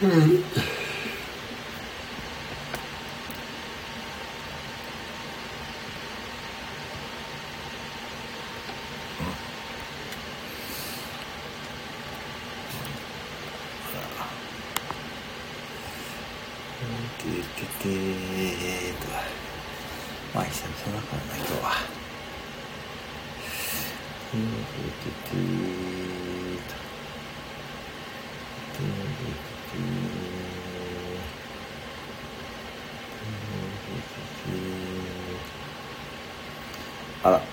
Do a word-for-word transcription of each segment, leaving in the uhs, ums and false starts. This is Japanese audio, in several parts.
うん。てててーと、まあ久々だからな今日は。てててーと、てててー、あら。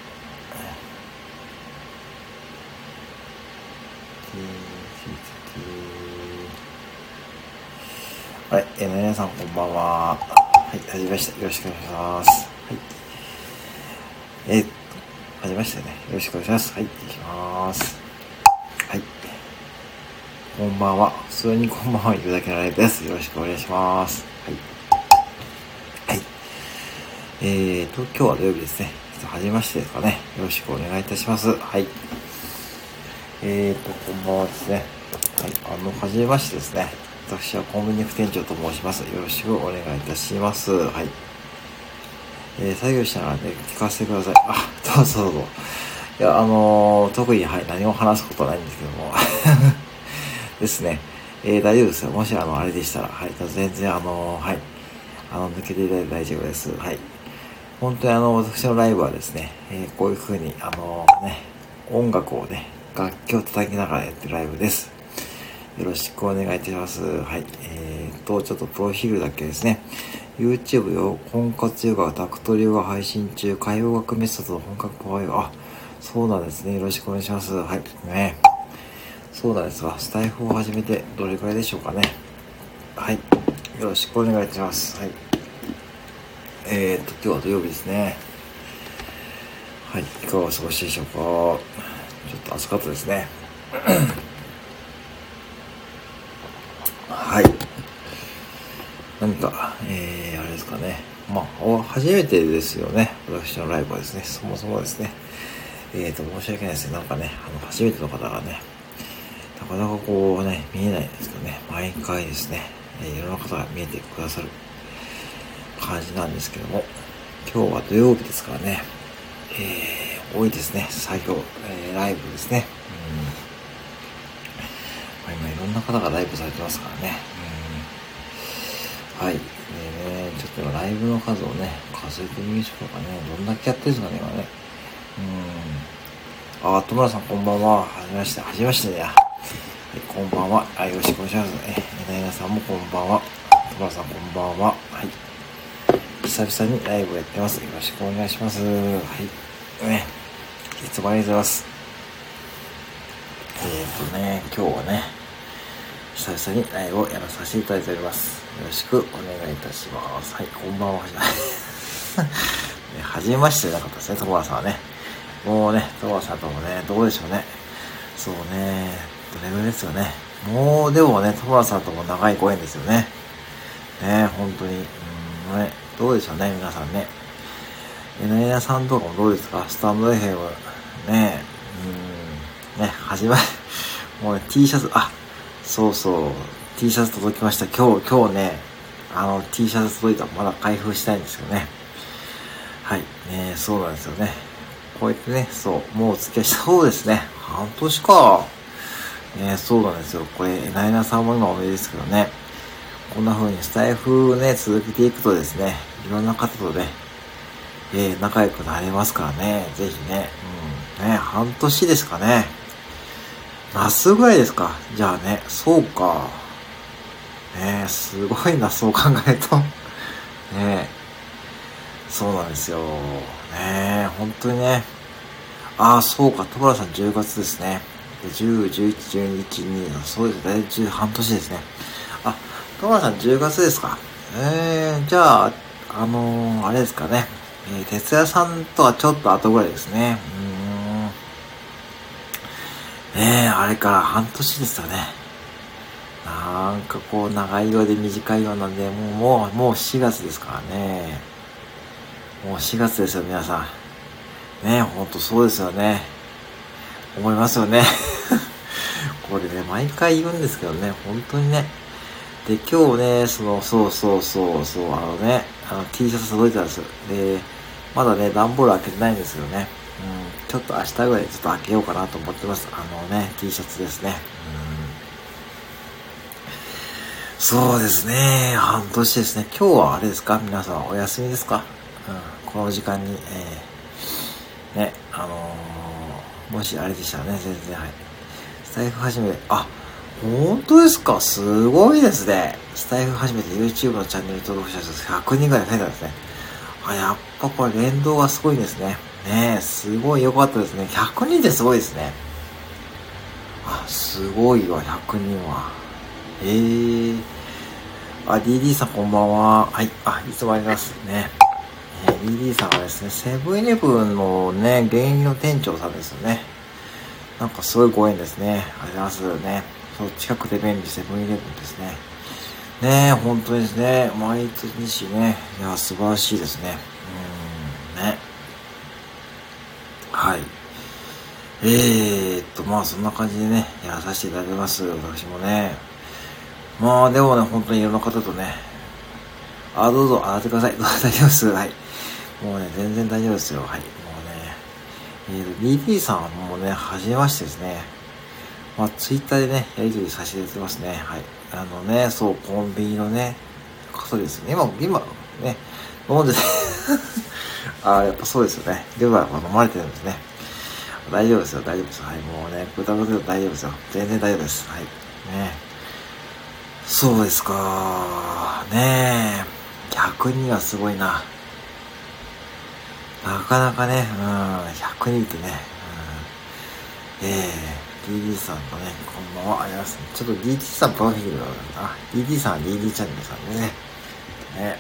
はい、えー、皆さんこんばんは。はい、はじめまして。よろしくお願いします。はい。えー、はじめましてね。よろしくお願いします。はい、行きます。はい。こんばんは。普通にこんばんは言うだけのライブです。よろしくお願いします。はい。はい。えーと、今日は土曜日ですね。はじめましてですかね。よろしくお願いいたします。はい。えーと、こんばんはですね。はい。あの、はじめましてですね。私はコンビニ副店長と申します。よろしくお願いいたします。はい。えー、作業しながらね、聞かせてください。あ、どうぞどうぞ。いや、あのー、特に、はい、何も話すことはないんですけども。ですね。えー、大丈夫ですよ。もし、あの、あれでしたら、はい、全然、あのー、はい、あの、抜けていただいて大丈夫です。はい。本当にあの、私のライブはですね、えー、こういう風に、あのー、ね、音楽をね、楽器を叩きながらやってるライブです。よろしくお願いいたします。はい。えーと、ちょっとプロフィールだけですね。YouTube よ、婚活ヨガ、タクトリヨガ配信中、海洋学メソッドの本格パワーヨガ。あ、そうなんですね。よろしくお願いします。はい。ね。そうなんですが、スタイフを始めてどれくらいでしょうかね。はい。よろしくお願いいたします。はい。えーと、今日は土曜日ですね。はい。いかがお過ごしでしょうか。ちょっと暑かったですね。はい。何か、えー、あれですかね。まあ、初めてですよね。私のライブはですね。そもそもですね。えーと、申し訳ないですね。なんかね、あの、初めての方がね、なかなかこうね、見えないですけどね。毎回ですね、えー、いろんな方が見えてくださる感じなんですけども、今日は土曜日ですからね、えー、多いですね。作業、えー、ライブですね。うん。まあ、今いろんな方がライブされてますからね。うん。はい。でね、ちょっと今ライブの数をね、数えてみましょうかね。どんだけやってるんですかね、今ね。うん。あ、戸村さんこんばんは。はじめまして。はじめましてや。はい、こんばんは。あ、よろしくお願いします。え、えなやさんもこんばんは。戸村さんこんばんは。はい。久々にライブやってます。よろしくお願いします。はい。ね。いつもありがとうございます。えっとね、今日はね、久々にライブをやらさせていただいております。よろしくお願いいたします。はい、こんばんは。はじめましてじゃなかったですね、戸村さんはね。もうね、戸村さんともね、どうでしょうね。そうね、レベルですよね。もう、でもね、戸村さんとも長いご縁ですよね。ね、本当に。うん、ね、どうでしょうね、皆さんね。えなやさんとかもどうですか？スタンドエフエム。ね、うん、ね、始まり、もうね、T シャツ、あ、そうそう、T シャツ届きました。今日、今日ね、あの、T シャツ届いたらまだ開封したいんですよね。はい、ね、そうなんですよね。こうやってね、そう、もうお付き合いした、そうですね。半年か。ね、そうなんですよ。これ、なえなさんも今おめでですけどね。こんな風にスタイフね、続けていくとですね、いろんな方とね、えー、仲良くなれますからね。ぜひね、うん、ね、半年ですかね。夏ぐらいですか。じゃあね、そうか。ね、すごいな、そう考えると。ね、そうなんですよ。ね、本当にね。ああ、そうか、戸村さんじゅうがつですね。で、じゅう、じゅういち、じゅうに、いち、に、そうです。だいたい半年ですね。あ、戸村さんじゅうがつですか。えー、じゃあ、あのー、あれですかね。えー、哲也さんとはちょっと後ぐらいですね。うーん。ねえ、あれから半年ですよね。なんかこう、長いようで短いようなんで、もう、もう、もうしがつですからね。もうしがつですよ、皆さん。ねえ、ほんとそうですよね。思いますよね。これね、毎回言うんですけどね、本当にね、 で、今日ね、その、そうそうそう、そう、あのね、あの T シャツ届いたんですよ。で、まだね、段ボール開けてないんですよね。うん、ちょっと明日ぐらいちょっと開けようかなと思ってます。あのね、T シャツですね。うん、そうですね、半年ですね。今日はあれですか？皆さんお休みですか？うん、この時間に、えー、ね、あのー、もしあれでしたらね、全然、はい。スタイフ始めて、あ、本当ですか？すごいですね。スタイフ始めて YouTube のチャンネル登録者数ひゃくにんぐらい増えたんですね。あ、やっぱこれ連動がすごいんですね。ねえ、すごい良かったですね。ひゃくにんってすごいですね。あ、すごいわ、ひゃくにんは。へえ。あ、ディーディー さんこんばんは。はい。あ、いつもありますね。えー、ディーディー さんはですね、セブンイレブンのね、現役の店長さんですよね。なんかすごいご縁ですね。ありがとうございますね。そう、近くで便利セブンイレブンですね。ねえ、本当ですね。毎日ね。いや、素晴らしいですね。うーん、ね。はい。えーっと、まあそんな感じでね、やらさせていただきます。私もね。まあでもね、本当にいろんな方とね、あ、どうぞ、洗ってください。どうぞ大丈夫です。はい。もうね、全然大丈夫ですよ。はい。もうね、えーと、ディーディー さんもね、はじめましてですね。まあツイッターでね、やりとりさせていただいてますね。はい。あのね、そう、コンビニのね、方ですね。今、今、ね、飲んでてああ、やっぱそうですよね。では、飲まれてるんですね。大丈夫ですよ、大丈夫ですよ。はい、もうね、豚肉でも大丈夫ですよ。全然大丈夫です。はい。ね。そうですか。ねえ。ひゃくにんはすごいな。なかなかね、うん、ひゃくにんってね、うん、ええー、ディーディー さんとね、こんばんは、あります。ちょっと ディーディー さんプロフィールがあるな。ディーディー さんは ディーディー チャンネルさんでね。ね。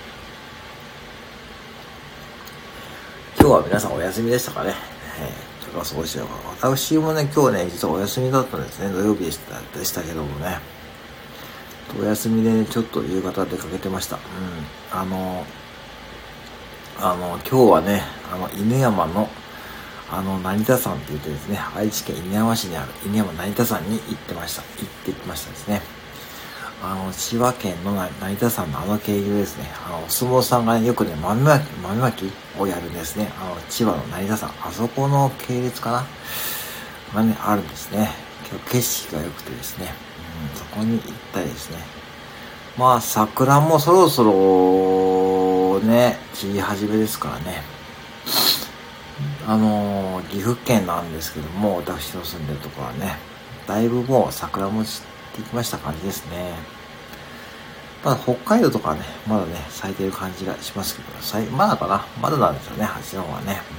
今日は皆さんお休みでしたかね。えー、ちょっとそうでしたよ。私もね、今日ね、実はお休みだったんですね。土曜日でした、でしたけどもね。お休みでね、ちょっと夕方出かけてました。うん。あの、あの、今日はね、あの、犬山の、あの、成田山って言ってですね、愛知県犬山市にある犬山成田山に行ってました。行ってきましたですね。あの、千葉県の成田山のあの経由ですね。あの、お相撲さんがね、よくね、豆まき、豆まきをやるんですね。あの、千葉の成田山、あそこの系列かながね、あるんですね。今日景色が良くてですね、うん、そこに行ったりですね。まあ、桜もそろそろね、散り始めですからね。あのー、岐阜県なんですけども、私の住んでるところはね、だいぶもう桜も散ってきました感じですね。まだ北海道とかはね、まだね、咲いてる感じがしますけど、まだかなまだなんですよね、あっちの方はね。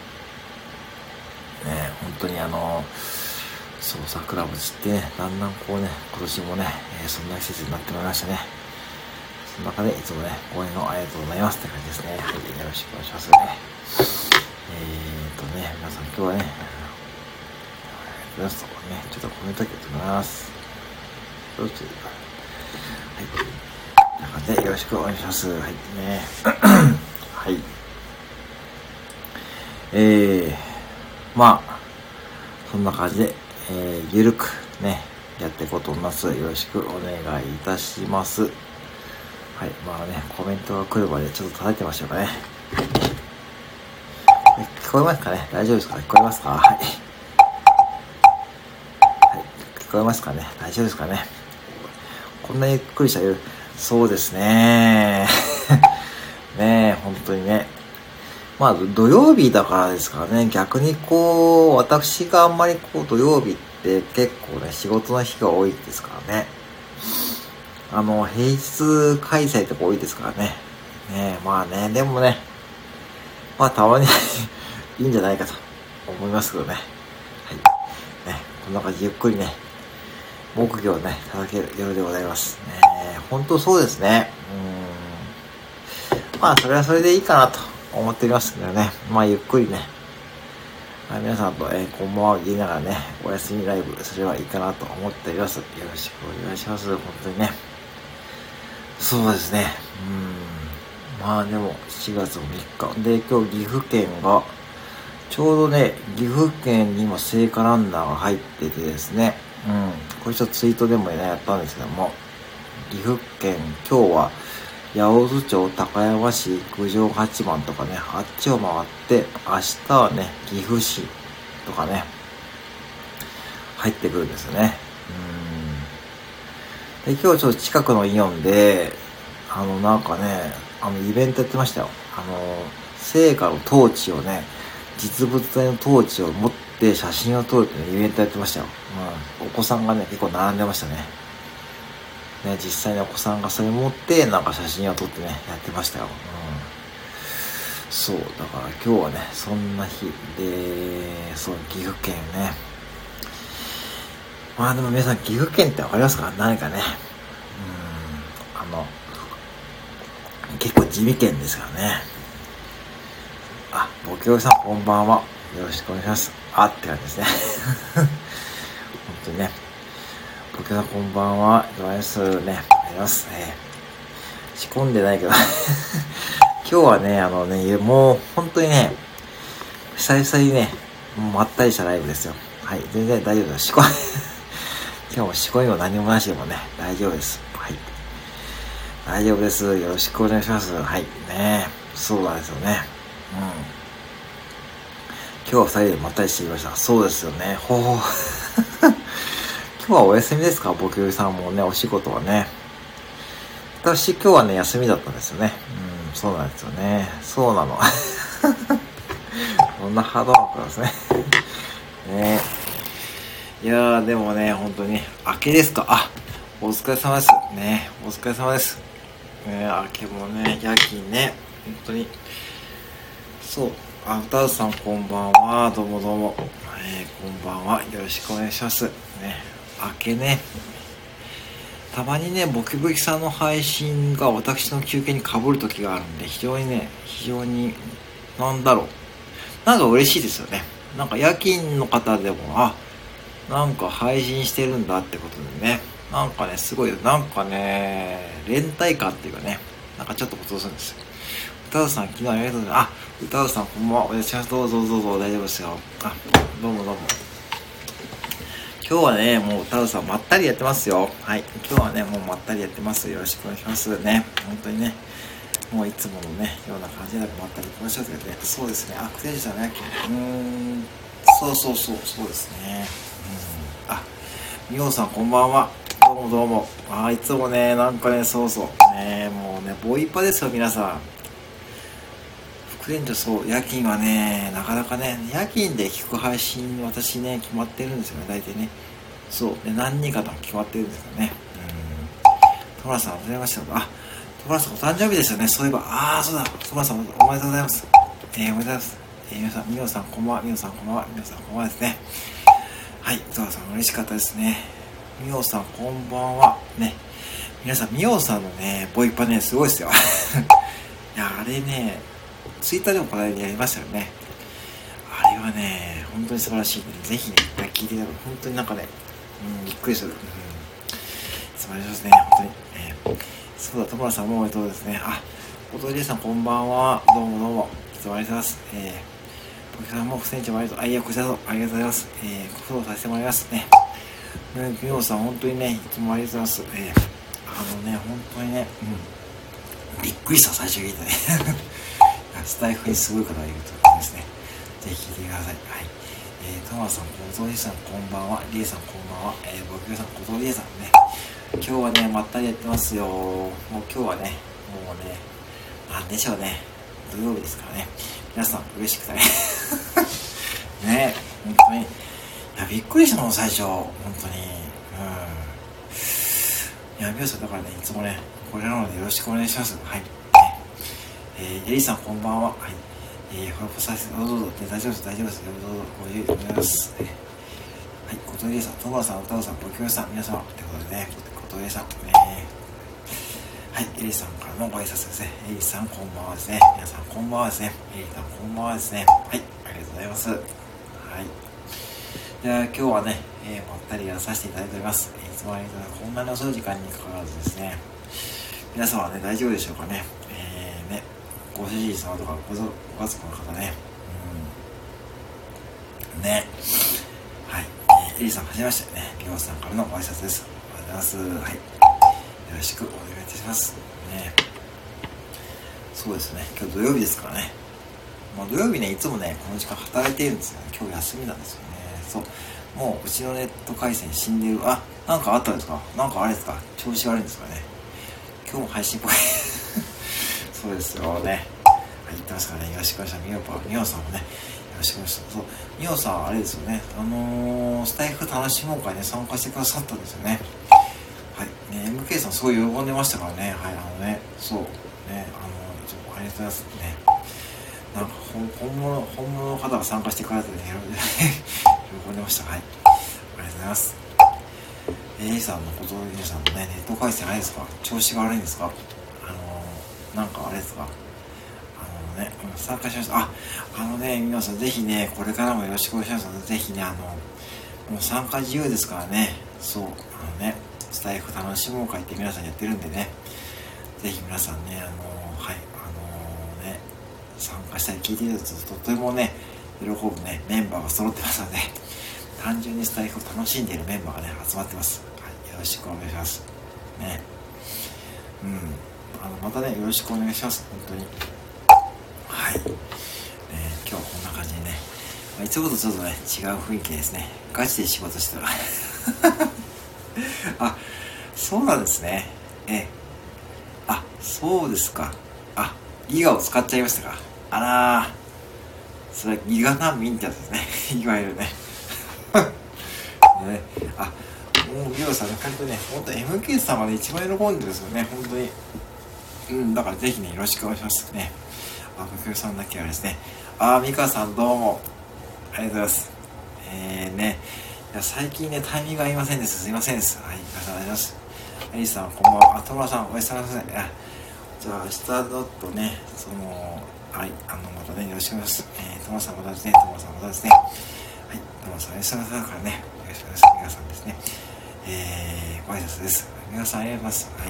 うん、ね、本当にあのー、そう、桜も散ってね、だんだんこうね、今年もね、えー、そんな季節になってまいりましたね。その中でいつもね、ご縁をありがとうございますって感じですね。はい、よろしくお願いしますね。えーとね、皆さん今日はね、ありがとうございます。ね、ちょっとコメントありがとうございます。どうぞ。はい。こんな感じでよろしくお願いします。はい。ね。はい。えー、まあ、そんな感じで、えー、ゆるくね、やっていこうと思います。よろしくお願いいたします。はい。まあね、コメントが来るまでちょっと叩いてましょうかね。聞こえますかね？大丈夫ですか？聞こえますか？はい。はい。聞こえますかね？大丈夫ですかね？こんなゆっくりした夜。そうですね。ねえ、本当にね。まあ、土曜日だからですからね。逆にこう、私があんまりこう、土曜日って結構ね、仕事の日が多いですからね。あの、平日開催とか多いですからね。ねえ、まあね、でもね、まあたまにいいんじゃないかと思いますけどね。はい。ね、こんな感じでゆっくりね、木魚をね、叩ける夜でございます。ね、本当そうですね。うーん。まあ、それはそれでいいかなと思っておりますけどね。まあ、ゆっくりね。まあ、皆さんと、えー、こんばんは言いながらね、お休みライブすればいいかなと思っております。よろしくお願いします。本当にね。そうですね。うーん。まあ、でも、しちがつもみっか。で、今日岐阜県が、ちょうどね、岐阜県にも聖火ランナーが入っててですね。うん。これちょっとツイートでもね、やったんですけども。 岐阜県、今日は八百津町、高山市、九条八幡とかね、あっちを回って、明日はね、岐阜市とかね、入ってくるんですよね。うん。で、今日ちょっと近くのイオンで、あの、なんかね、あの、イベントやってましたよ。あの、聖火のトーチをね、実物大のトーチを持って写真を撮るっていうイベントやってましたよ。うん。お子さんがね、結構並んでましたね。ね、実際にお子さんがそれ持って、なんか写真を撮ってね、やってましたよ。うん。そう、だから今日はね、そんな日で、そう、岐阜県ね。まあでも皆さん、岐阜県ってわかりますか？何かね。うん。あの、結構地味県ですからね。あ、ボケおじさんこんばんは。よろしくお願いします。あって感じですね。本当にね。ボケおじさんこんばんは。よろしくね。ありがとうございます。えー、仕込んでないけど。今日はね、あのね、もう本当にね、久々にね、もうまったりしたライブですよ。はい、全然大丈夫です。仕込み、今日も仕込みも何もなしでもね、大丈夫です。はい。大丈夫です。よろしくお願いします。はい。ねそうなんですよね。うん。今日は二人でまったりしてきました。そうですよね。ほうほう。今日はお休みですか？ボケおじさんもね、お仕事はね。私今日はね、休みだったんですよね。うん、そうなんですよね。そうなの。こんなハードワークなんですね。ねいやー、でもね、本当に、明けですか？あ、お疲れ様です。ねお疲れ様です。ね明けもね、夜勤ね、本当に。そう、あ、歌うさんこんばんは。どうもどうも。えー、こんばんは。よろしくお願いします。ね明けね。たまにね、ボキボキさんの配信が私の休憩に被る時があるんで、非常にね、非常に、なんだろう。なんか嬉しいですよね。なんか夜勤の方でも、あ、なんか配信してるんだってことでね。なんかね、すごい、なんかね、連帯感っていうかね、なんかちょっとことするんですよ。歌うさん、昨日ありがとうございます。あ、歌うさん、こんばんは。お願いします。どうぞどうぞ、大丈夫ですよ。あ、どうもどうも。今日はね、もう歌うさん、まったりやってますよ。はい。今日はね、もうまったりやってます。よろしくお願いしますね。本当にね。もういつものね、ような感じでまったり行きましょうけどね。そうですね。あ、クレジだね。うーん。そうそうそう、そうですね。うん。あ、みおさんこんばんは。どうもどうも。あ、いつもね、なんかね、そうそう。ね、もうね、ボイパですよ、皆さん。副店長、そう、夜勤はね、なかなかね、夜勤で聞く配信、私ね、決まってるんですよね、大体ね。そう。で、何人かと決まってるんですよね。うん。トラさん、ありがとうございました。あ、トラさん、お誕生日ですよね。そういえば、あー、そうだ。トラさん、おめでとうございます。えー、おめでとうございます。えー、皆さん、みおさん、こんばんは。みおさん、こんばんは。みおさん、こんばんはですね。はい、トラさん、嬉しかったですね。みおさん、こんばんは。ね。皆さん、みおさんのね、ボイパね、すごいですよ。いや、あれね、ツイッターでもこの間やりましたよね。あれはね、本当に素晴らしいので、ぜひね、聞いていただく。本当になんかね、うん、びっくりする。うん、素晴らしいですね、本当に。えー、そうだ、田村さんもおめでとうですね。あ、おとりさんこんばんは。どうもどうも。いつもありがとうございます。えー、僕さんも不戦長もありがとう。あ、いや、こちらこそありがとうございます。えー、ご苦労させてもらいますね。みおさん、本当にね、いつもありがとうございます。えー、あのね、本当にね、うん、びっくりした、最初聞いたね。スタイフにすごい方がいるということですね。ぜひ聞いてください。はい。えー、トマさん、小峠さん、こんばんは。リエさん、こんばんは。えー、僕さん、小峠さんね。今日はね、まったりやってますよ。もう今日はね、もうね、なんでしょうね。土曜日ですからね。皆さん、嬉しくてね。ね、本当に。いや、びっくりしたもん、最初。本当に。うん。いや、皆さん、だからね、いつもね、これなのでよろしくお願いします。はい。えー、エリさんこんばんは。はい。えー、フォローさせて、どうぞどうぞ。大丈夫です、大丈夫です。どうぞどうぞ。ごゆるお願いします。はい。ことえりさん、トマさん、歌うさん、ごきょうさん、皆様。ということでね、ことえりさん、えー、はい。エリさんからのご挨拶ですね。エリさん、こんばんはですね。皆さん、こんばんはですね。エリさん、こんばんはですね。はい。ありがとうございます。はい。じゃあ、今日はね、えー、まったりやらさせていただいております。えー、いつもありがとうございます。こんなに遅い時間にかかわらずですね。皆様はね、大丈夫でしょうかね。えー、ね。ご主人様とかご家族の方ね、うん、ね、はい、えー、エリさんはじめましてね、りょうさんからのご挨拶です。ありがとうございます。はい、 ろしくお願いいたしますね。そうですね、今日土曜日ですからね。まあ、土曜日ね、いつもねこの時間働いているんですよね。今日休みなんですよね。そう、もううちのネット回線死んでる。あ、なんかあったんですか？なんかあれですか？調子悪いんですかね。今日も配信っぽいそうですよね。はい、言ってますからね。よろしくお願いします。みおぱみおさんもね、よろしくお願いします。そう、みおさんあれですよね、あのー、スタイフ楽しもう会ね参加してくださったんですよね。はいね、 エムケー さんすごい喜んでましたからね。はい、あのね、そうね、あのちょっとありがとうございますね。なんか本物本物の方が参加してくれたので喜んでました。はい、ありがとうございます。A さんのことAさんのね、ネット回線あれですか？調子が悪いんですか？あのー、なんかあれですか？あのね、参加しました。あ、あのね、皆さんぜひね、これからもよろしくお願いします。ぜひね、あの、もう参加自由ですからね。そう、あのね、スタイフ楽しもう会って皆さんやってるんでね、ぜひ皆さんね、あのー、はい、あのー、ね、参加したり聞いているととてもね、喜ぶね、メンバーが揃ってますので、単純にスタイフを楽しんでいるメンバーがね、集まってます。はい、よろしくお願いします。ね。うん。あの、またね、よろしくお願いします。本当に。はい。ね、今日はこんな感じでね、まあ、いつもとちょっとね、違う雰囲気ですね。ガチで仕事してたら。あ、そうなんですね。え、あ、そうですか。あ、ギガを使っちゃいましたか。あらー、それはギガ難民ってやつですね。いわゆるね。ね、あ、もうミオさんね、本当にね、本当 エムケー さんがね、一番喜んでるんですよね、本当に。うん、だからぜひね、よろしくお願いしますね。あ、ミオさんだけはですね。あ、ミカさんどうも。ありがとうございます。えーね、いや最近ね、タイミングが合いませんです。すいませんです。はい、ミカさんありがとうございます。アリスさん、こんばんは。あ、トモラさん、おやすみなさい。あ、じゃあ、明日だとね、その、はい、あの、またね、よろしくお願いします。えー、トモラさんまたですね、トモラさんまたですね。はい、トモラさん、おやすみなさいからね、よろしくお願いします。皆さんですね。えー、ご挨拶です。皆さんありがとうございます。はい。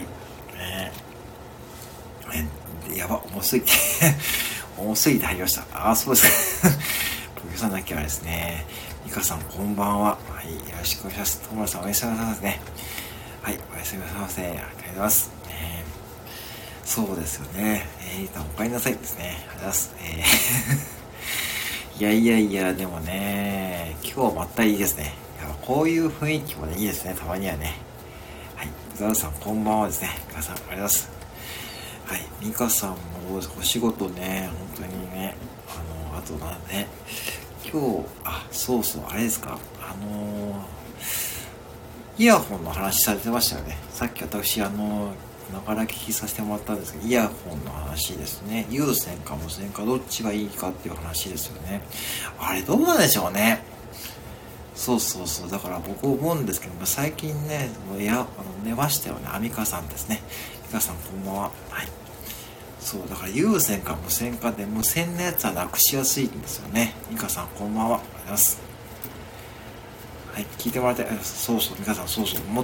えー、えー、やば、重すぎて重すぎて入りました。あー、そうですか。ポケさんだけはですね、ミカさんこんばんは。はい、よろしくお願いします。トモラさんおやすみなさいですね。はい、おやすみなさいませ。ありがとうございます。えー、そうですよね。えー、おかえりなさいですね。ありがとうございます。えー、いやいやいや、でもね、今日またいいですね。こういう雰囲気もね、いいですね、たまにはね。はい、ザウさんこんばんはですね。皆さんありがとうございます。はい、ミカさんもどうですか？お仕事ね、本当にね、あの、あとなんね、今日、あ、そうそう、あれですか、あのー、イヤホンの話されてましたよね。さっき私、あのー、ながら聞きさせてもらったんですけど、イヤホンの話ですね。有線か無線かどっちがいいかっていう話ですよね。あれどうなんでしょうね。そうそうそう。だから僕思うんですけど、最近ね、いや、あの寝ましたよね。アミカさんですね。ミカさんこんばんは。はい。そう、だから有線か無線かで、無線のやつはなくしやすいんですよね。ミカさんこんばんは。ありがとうございます。はい、聞いてもらって、そうそう、ミカさんそうそう、思って、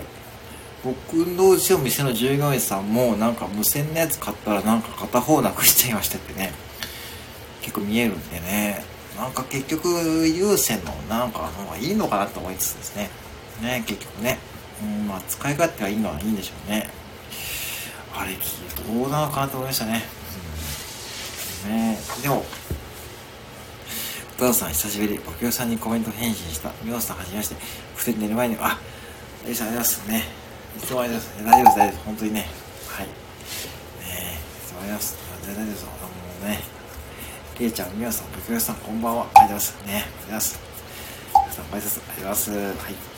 僕のうちの店の従業員さんも、なんか無線のやつ買ったらなんか片方なくしちゃいましたってね。結構見えるんでね。なんか結局有線のなんかの方がいいのかなと思いつつですね。ね、結局ね。うん、まあ使い勝手がいいのはいいんでしょうね。あれ、どうなのかなと思いましたね。うん、ね、でも、歌田さん久しぶり。おきょうさんにコメント返信した。みおさんはじめまして。ふて寝る前に、あ、ありがとうございますね。いつもありがとうございます。大丈夫です、大丈夫です。本当にね。はい。ねえ、いつもありがとうございます。大丈夫です。あのね。りえちゃん、みおさん、ぶきょうさん、こんばんは。ありがとうございます。ね。ありがとうございます。皆さん、ご挨拶ありがとうございます。はい。ね、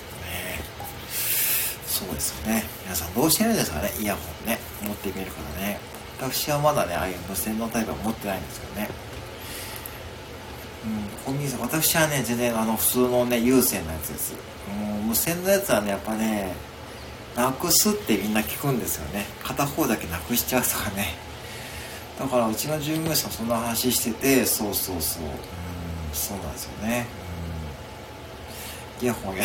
そうですよね。皆さん、どうしてるんですかね、イヤホンね。持ってみるからね。私はまだね、ああいう無線のタイプは持ってないんですけどね。うん、コンビニさん、私はね、全然、あの、普通のね、有線のやつです。うん、無線のやつはね、やっぱね、なくすってみんな聞くんですよね。片方だけなくしちゃうとかね。だからうちの従業員さんそんな話してて、そうそうそう、うん、そうなんですよね。うん、イヤホンや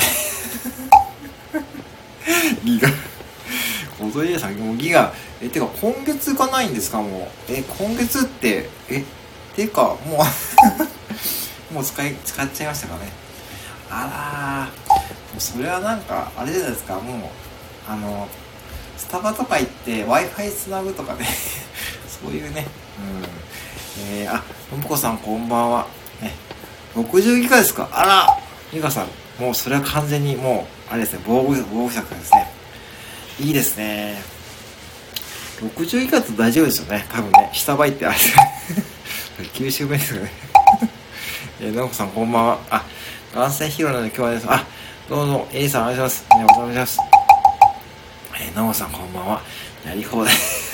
ギガ小鳥屋さんもうギガ、えてか今月がないんですか？もうえ今月ってえてかもうもう使い使っちゃいましたかね。あらー、もうそれはなんかあれじゃないですか。もうあのススタバとか行って Wi-Fi つなぐとかねそういうね、うん。えー、あ、ともこさんこんばんは。ね、ろくじゅうギガですか？あら、ミカさん、もうそれは完全にもう、あれですね、防護、防護策ですね。いいですね。ろくじゅうギガだと大丈夫ですよね。多分ね、下バイってあれですね。きゅうじゅうメートルね。えー、なおこさんこんばんは。あ、眼性疲労なので今日はです。あ、どうぞ、エリさんお願いします。ね、お願いします。えー、なおこさんこんばんは。やり放題。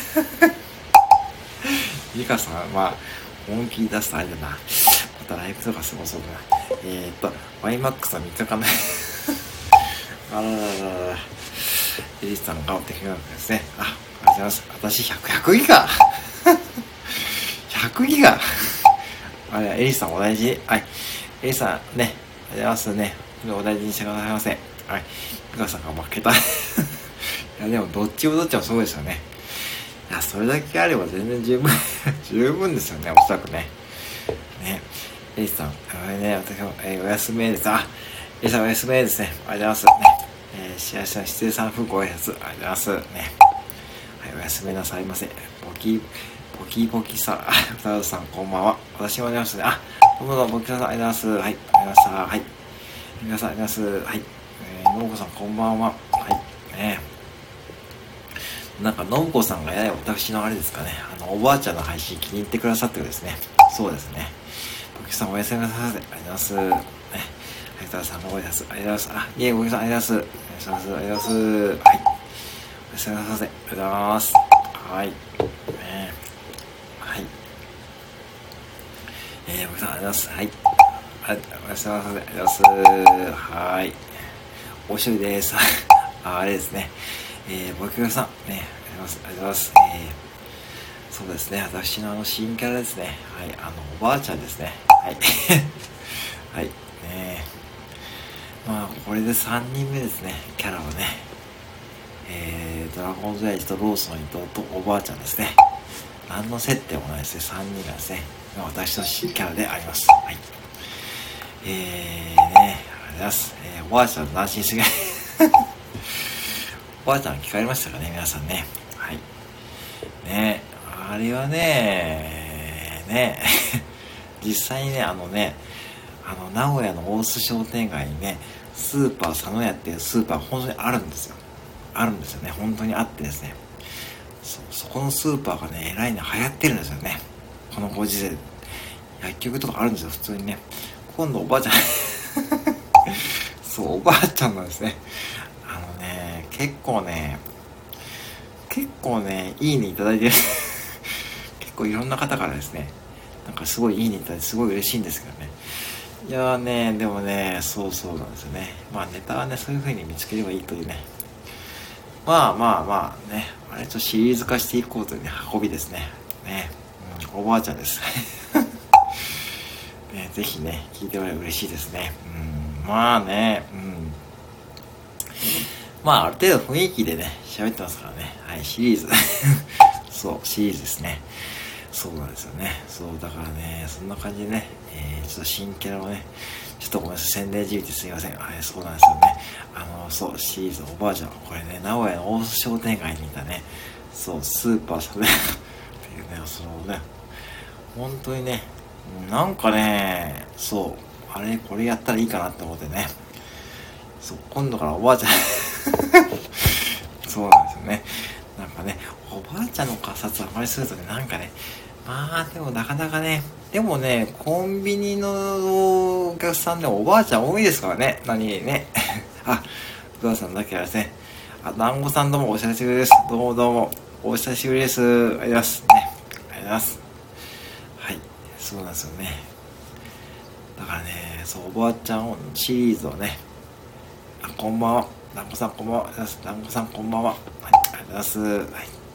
ミカさん、まあ、本気出すとあれだな。またライブとかすごそうだな。えーっと、ワイマックスはみっかかんない。あららららら。エリさんが頑張ってくれるわけですね。あ、ありがとうございます。私ひゃく、ひゃくギガ ?ひゃく ギガあれ、エリさんお大事に。はい。エリさんね、ありがとうございますね。お大事にしてくださいませ。はい。ミカさんが負けた。いや、でもどっちもどっちもそうですよね。いや、それだけあれば全然十分、十分ですよね、おそらくね。ね。エリさん、あれね、私も、えー、お休みです。あ、エリさんお休みですね。ありがとうございます。ね。えー、幸せな失礼さん風ご挨拶、ありがとうございます。ね。はい、おやすみなさいませ。ポキ、ポキポキさん、あ、ふたさん、こんばんは。私もありますね。あ、どうもどうも、ポキさん、ありがとうございます。はい、ありがとうございました。はい。皆さん、ありがとうございます。はい。えー、のぶこさん、こんばんは。はい。ね。なんか、のぶこさんがやや私のあれですかね、あの、おばあちゃんの配信気に入ってくださってるですね。そうですね。ポキさん、おやすみなさいませ。ありがとうございます。ね。はい、ふたさん、ご挨拶、ありがとうございます。あ、いえ、ポキさん、ありがとうございます。お願いします。ありがとうございます。はい。おやすみなさいませ。ありがとうございます。はい。ね。はい。えー、ポキさん、ありがとうございます。はい。あ、おやすみなさいませ。ありがとうございます。はい。おしょりです。あ、あれですね。えー、ボキュラさん、ね、ありがとうございます。えー、そうですね、私のあの新キャラですね。はい、あの、おばあちゃんですね。はい。はい、ねまあ、これでさんにんめですね、キャラはね。えー、ドラゴンズエイジとロースの伊藤とおばあちゃんですね。何の接点もないですね、さんにんがですね、私の新キャラであります。はい。えー、ね、ありがとうございます。えー、おばあちゃんの安心すぎない。おばあちゃん聞かれましたかね、皆さんね。はい。ねあれはね、ね実際にね、あのね、あの、名古屋の大須商店街にね、スーパー佐野屋っていうスーパー本当にあるんですよ。あるんですよね。本当にあってですね。そ、そこのスーパーがね、えらいね、流行ってるんですよね。このご時世。薬局とかあるんですよ、普通にね。今度おばあちゃんそう、おばあちゃんなんですね。あのね、結構ね、結構ね、いいねいただいてる。結構いろんな方からですね、なんかすごいいいねいただいてすごい嬉しいんですけどね。いやーね、でもね、そうそうなんですよね。まあネタはね、そういう風に見つければいいというね。まあまあまあね、あれとシリーズ化していこうというね、運びですね。ね、うん、おばあちゃんです。ね、ぜひね、聞いてもらえば嬉しいですね。うん、まあね、うん。まあある程度雰囲気でね、喋ってますからね。はい、シリーズ。そう、シリーズですね。そうなんですよね。そう、だからね、そんな感じでね、えー、ちょっと新キャラをね、ちょっとごめんなさい、宣伝じみてすいません。はい、そうなんですよね。あの、そう、シリーズおばあちゃん、これね、名古屋の大須商店街にいたね、そう、スーパーさんね、っていうね、そのね、本当にね、なんかね、そう、あれ、これやったらいいかなって思ってね、そう、今度からおばあちゃん、そうなんですよね。なんかね、おばあちゃんの観察あまりするとね、なんかね、まあでもなかなかね、でもね、コンビニのお客さんでもおばあちゃん多いですからね、何ね。あ、福田さんだけはですね。あ、団子さんどうもお久しぶりです。どうもどうも、お久しぶりです。ありがとうございます。ね、ありがとうございます。はい、そうなんですよね。だからね、そう、おばあちゃんシリーズをね、あ、こんばんは。団子さんこんばんは。団子さんこんばんは。はい、ありがとうございます。はい。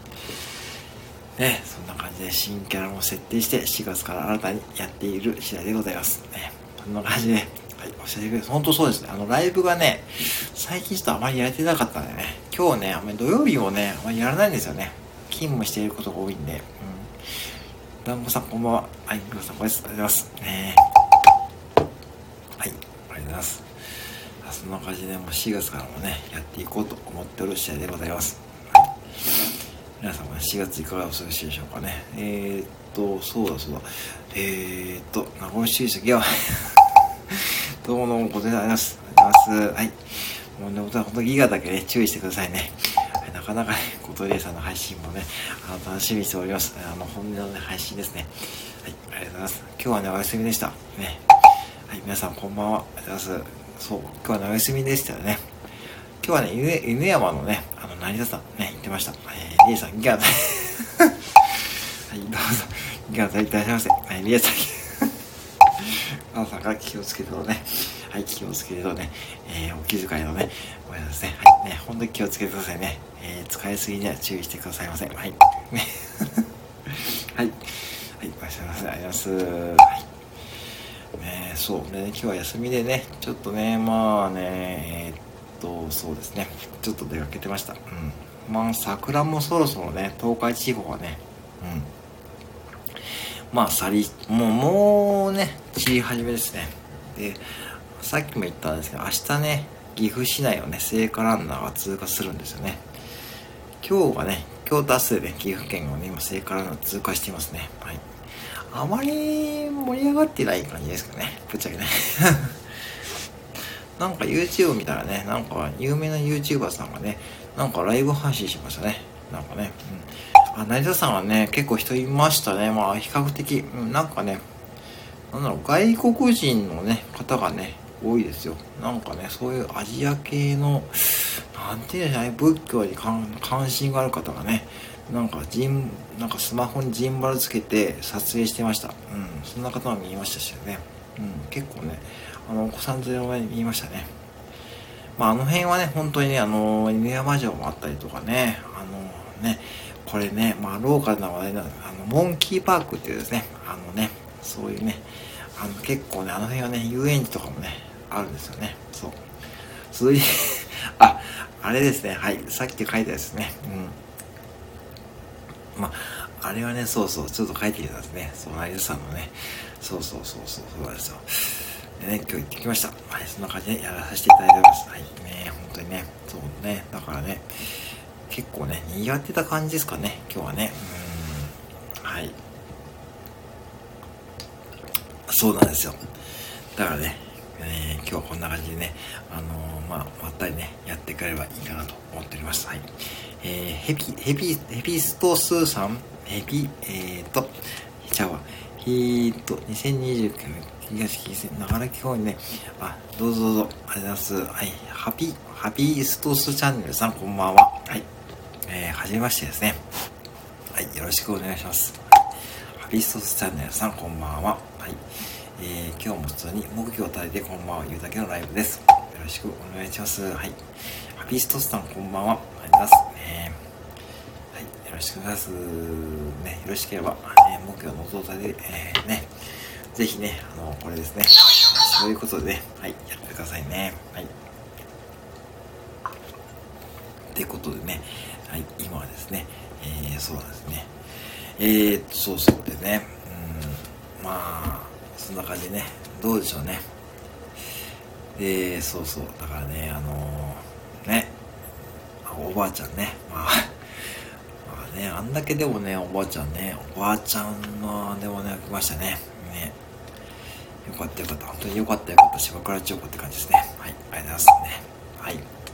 ね、そんな感じで新キャラも設定してしがつから新たにやっている次第でございますね。そんな感じで、はい、お知らせください。本当そうですね。あの、ライブがね、最近ちょっとあまりやれてなかったんでね、今日ね、あんまり土曜日もね、あまりやらないんですよね。勤務していることが多いんで。うん。団子さんこんばんは。はい、皆さんこんばんは。ありがとうございます。ね、はい、ありがとうございます。そんな感じで、もうしがつからもね、やっていこうと思っておる次第でございます。はい、 皆さんはしちがついかがお過ごしでしょうかね。えーっと、そうだそうだ。えーっと、名古屋市席は、どうもどうも、ございます。ありがとうございます。はい。もうね、本当にギガだけね、注意してくださいね。はい、なかなかね、コトレーさんの配信もね、あの、楽しみにしております。あの、本音のね、配信ですね。はい、ありがとうございます。今日はね、お休みでした。ね。はい、皆さんこんばんは。ありがとうございます。そう、今日はね、お休みでしたよね。今日はね、犬, 犬山のね、あの、成田さんね、言ってました。えー、リエさん、ギガだ。はい、どうぞ、ギガだいたしませ。はい、リエさん、皆さんが気をつけてとね、はい、気をつけてとね、えー、お気遣いのね、ごめんなさいね、はい、ね、本当に気をつけてくださいね。えー、使いすぎには注意してくださいませ。はい。ね。はい。はい、おやすみなさい。ありがとうございます。はい。ね、そう。ね、今日は休みでね、ちょっとね、まあね、えーとそうですね、ちょっと出かけてました。うん。まあ桜もそろそろね、東海地方はね、うん。まあ去り、もうもうね、散り始めですね。で、さっきも言ったんですけど、明日ね、岐阜市内をね、聖火ランナーが通過するんですよね。今日はね、今日達成で岐阜県をね、今聖火ランナー通過していますね。はい。あまり盛り上がってない感じですかね、ぶっちゃけね。なんか YouTube 見たらね、なんか有名な YouTuber さんがね、なんかライブ配信しましたね。なんかね。うん、あ、成田さんはね、結構人いましたね。まあ比較的、うん、なんかね、なんだろう、外国人のね、方がね、多いですよ。なんかね、そういうアジア系の、なんていうんじゃない、仏教に関心がある方がね、なんかジン、なんかスマホにジンバルつけて撮影してました。うん、そんな方は見ましたしね。うん、結構ね、あのお子さん連れの前に見ましたね。まああの辺はね、本当にね、あの犬山城もあったりとかね、あのね、これね、まあローカルな話題なの、あのモンキーパークっていうですね、あのね、そういうね、あの結構ね、あの辺はね、遊園地とかもね、あるんですよね。そう。続いてあ、あれですね、はい、さっき書いたやつですね。うん。まあ、あれはね、そうそう、ちょっと書いてきたんですね。そう、成田さんのね、そうそうそうそう、そうなんですよ。でね、今日行ってきました。はい、そんな感じでやらさせていただいております。はい、ね、本当にね、そうね、だからね、結構ね、賑わってた感じですかね、今日はね。うーん、はい。そうなんですよ。だからね、えー、今日はこんな感じでね、あのー、まあ、まったりね、やっていければいいかなと思っております。はい。えー、ヘビ、ヘビ、ヘビストスーさん、ヘビ、えーと、じゃあ、ヒート、にせんにじゅうきゅうねん、東木線、長良公園ね、あ、どうぞどうぞ、ありがとうございます。はい、ハピ、ハピーストスチャンネルさん、こんばんは。はい。えー、はじめましてですね。はい、よろしくお願いします。ハピーストスチャンネルさん、こんばんは。はい。えー、今日も普通に目標を立ててこんばんは言うだけのライブです。よろしくお願いします。はい。ハピーストスさん、こんばんは。ありがとうございます。ね、はい。よろしくお願いします。ね、よろしければ、ね、目標の動作で、えー、ね、ぜひね、あの、これですね。そういうことでね、はい、やってくださいね。はい。ってことでね、はい、今はですね、えー、そうなんですね。えー、そうそうでね、うん、まあ、そんな感じでね、どうでしょうね。で、そうそう、だからね、あのー、ね、おばあちゃんね、まあ、まあね、あんだけでもね、おばあちゃんね、おばあちゃんの、でもね、来ましたね。ね。よかったよかった。本当によかったよかった。芝倉千代子って感じですね。はい。ありがとうございますね。はい。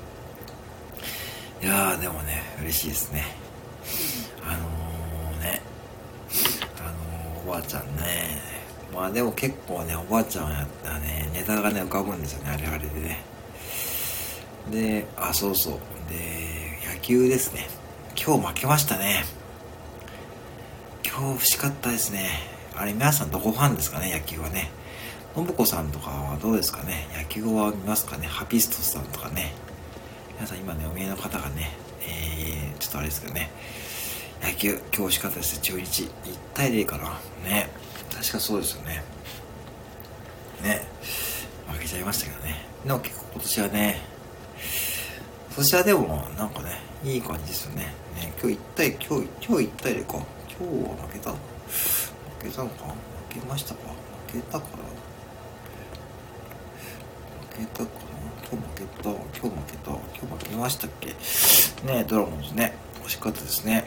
いやー、でもね、嬉しいですね。あのー、ね、あのー、おばあちゃんね、まあでも結構ね、おばあちゃんやったらね、ネタがね、浮かぶんですよね、あれあれでね。で、あ、そうそう。で、野球ですね。今日負けましたね。今日惜しかったですね。あれ、皆さんどこファンですかね、野球はね。信子さんとかはどうですかね。野球は見ますかね。ハピストさんとかね。皆さん今ね、お見えの方がね、えー、ちょっとあれですけどね。野球、今日惜しかったですね、中日。いちたいゼロかな。ね。確かそうですよね。ね。負けちゃいましたけどね。でも結構今年はね、今年はでも、なんかね、いい感じですよね。ね、今日いちたい、今日、今日いちたいゼロか。今日は負けた負けたのか負けましたか負けたから負けたかな今日負けた、今日負けた、今日負けましたっけね。ドラゴンズね、惜しかったですね。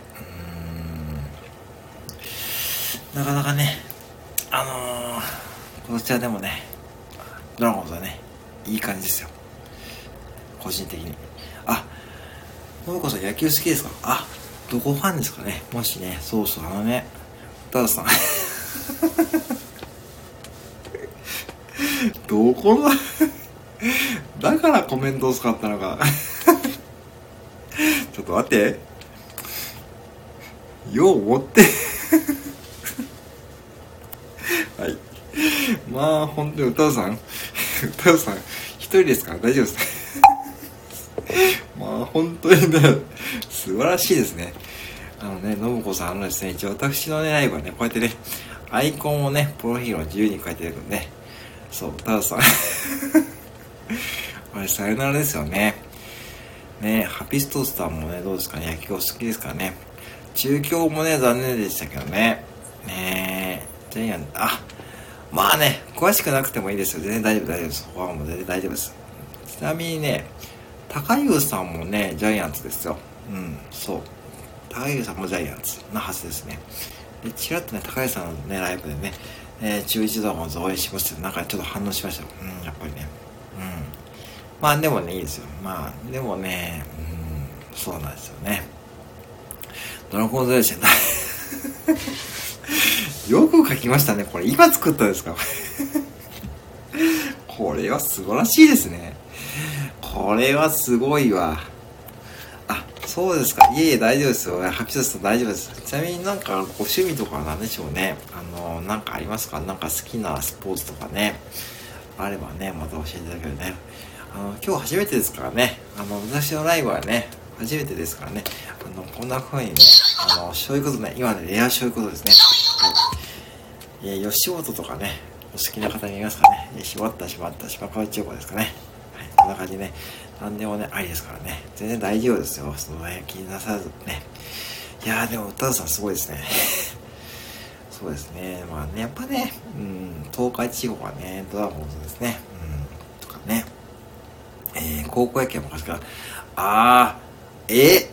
うーん、なかなかね、あのー、こちらでもね、ドラゴンズはね、いい感じですよ、個人的に。あ、信子さん野球好きですか？あ、どこファンですかね。もしね、そうそう、あのね、タダさんどこのだからコメント遅かったのかちょっと待って、よう持ってはい、まあ本当に歌うさん歌うさん一人ですから大丈夫ですまあ本当にね、素晴らしいですね。あのね、信子さん、あのですね、一応私のね、ライブはね、こうやってね、アイコンをね、プロフィールを自由に書いてるんで、そう、タウさん。あれ、さよならですよね。ね、ハピストスターもね、どうですかね、野球お好きですからね。中京もね、残念でしたけどね。ねえ、ジャイアン、あ、まあね、詳しくなくてもいいですよ。全然大丈夫、大丈夫です。ここはもう全然大丈夫です。ちなみにね、高優さんもね、ジャイアンツですよ。うん、そう。高優さんもジャイアンツなはずですね。で、ちらっとね、高優さんのね、ライブでね、えー、中日ドラゴンズ応援しました。なんかちょっと反応しましたよ。うん、やっぱりね。うん。まあでもね、いいですよ。まあ、でもね、うん、そうなんですよね。ドラゴンズですよね。よく書きましたね。これ今作ったんですか？これは素晴らしいですね。これはすごいわ。あ、そうですか。いえいえ、大丈夫ですよ。ハピソス大丈夫です。ちなみになんかご趣味とかなんでしょうね。あの、なんかありますか？なんか好きなスポーツとかね。あればね、また教えていただけるね。あの、今日初めてですからね。あの、私のライブはね、初めてですからね。あの、こんな風にね、あの、そういうことね、今ね、レアそういうことですね。はい。えー、吉本とかね、お好きな方にいますかね。えー、しまったしまった島川千代子ですかね。はい。こんな感じでね、何でもね、ありですからね。全然大丈夫ですよ。その辺気になさらずね。いやー、でも、歌さんすごいですね。そうですね。まあね、やっぱね、うん、東海地方はね、ドラゴンズですね。うん、とかね。えー、高校野球は昔から、あー、え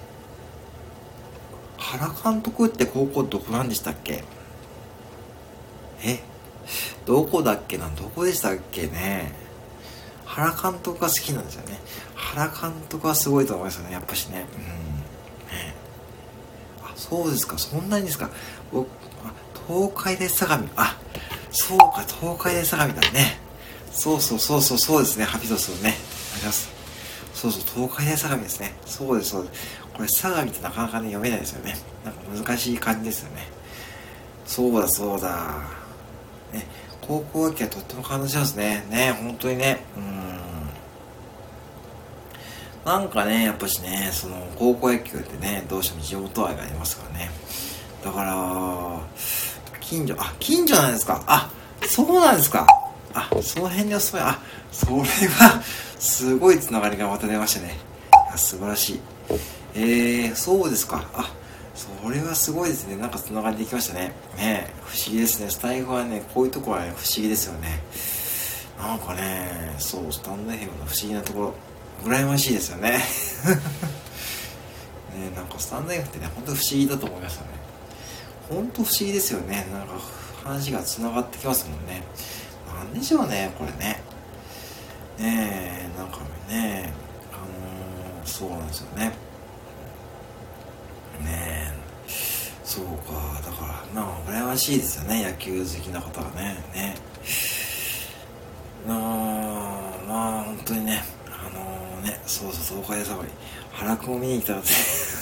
原監督って高校どこなんでしたっけ？えどこだっけな、どこでしたっけね。原監督が好きなんですよね。原監督はすごいと思いますよね、やっぱしね。うん。ね、あ、そうですか、そんなにですか。僕、あ、東海大相模、あ、そうか、東海大相模だね。そうそうそうそう、そうですね、ハピトスね。あります。そうそう、東海大相模ですね。そうです、そうです。これ、相模ってなかなかね、読めないですよね。なんか難しい感じですよね。そうだ、そうだ。ね、高校野球はとっても感動しますね。ね、本当にね。うーん。なんかね、やっぱしね、その、高校野球ってね、どうしても地元愛がありますからね。だから、近所、あ、近所なんですか。あ、そうなんですか。あ、その辺にお住まい、あ、それは、すごいつながりがまた出ましたね。いや、素晴らしい。えー、そうですか。あ、それはすごいですね。なんかつながりできましたね。ねえ、不思議ですね。スタイフはね、こういうところはね、不思議ですよね。なんかね、そう、スタンドエフエムの不思議なところ、羨ましいですよね。ねえ、なんかスタンドエフエムってね、本当不思議だと思いましたね。本当不思議ですよね。なんか話がつながってきますもんね。なんでしょうね、これね。ねえ、なんかね、あのー、そうなんですよね。ねえ、そうか、だからまあ羨ましいですよね、野球好きな方はね。ね、あまあ本当にね、あのー、ね、そうそう、東海大相模原くんを見に来たって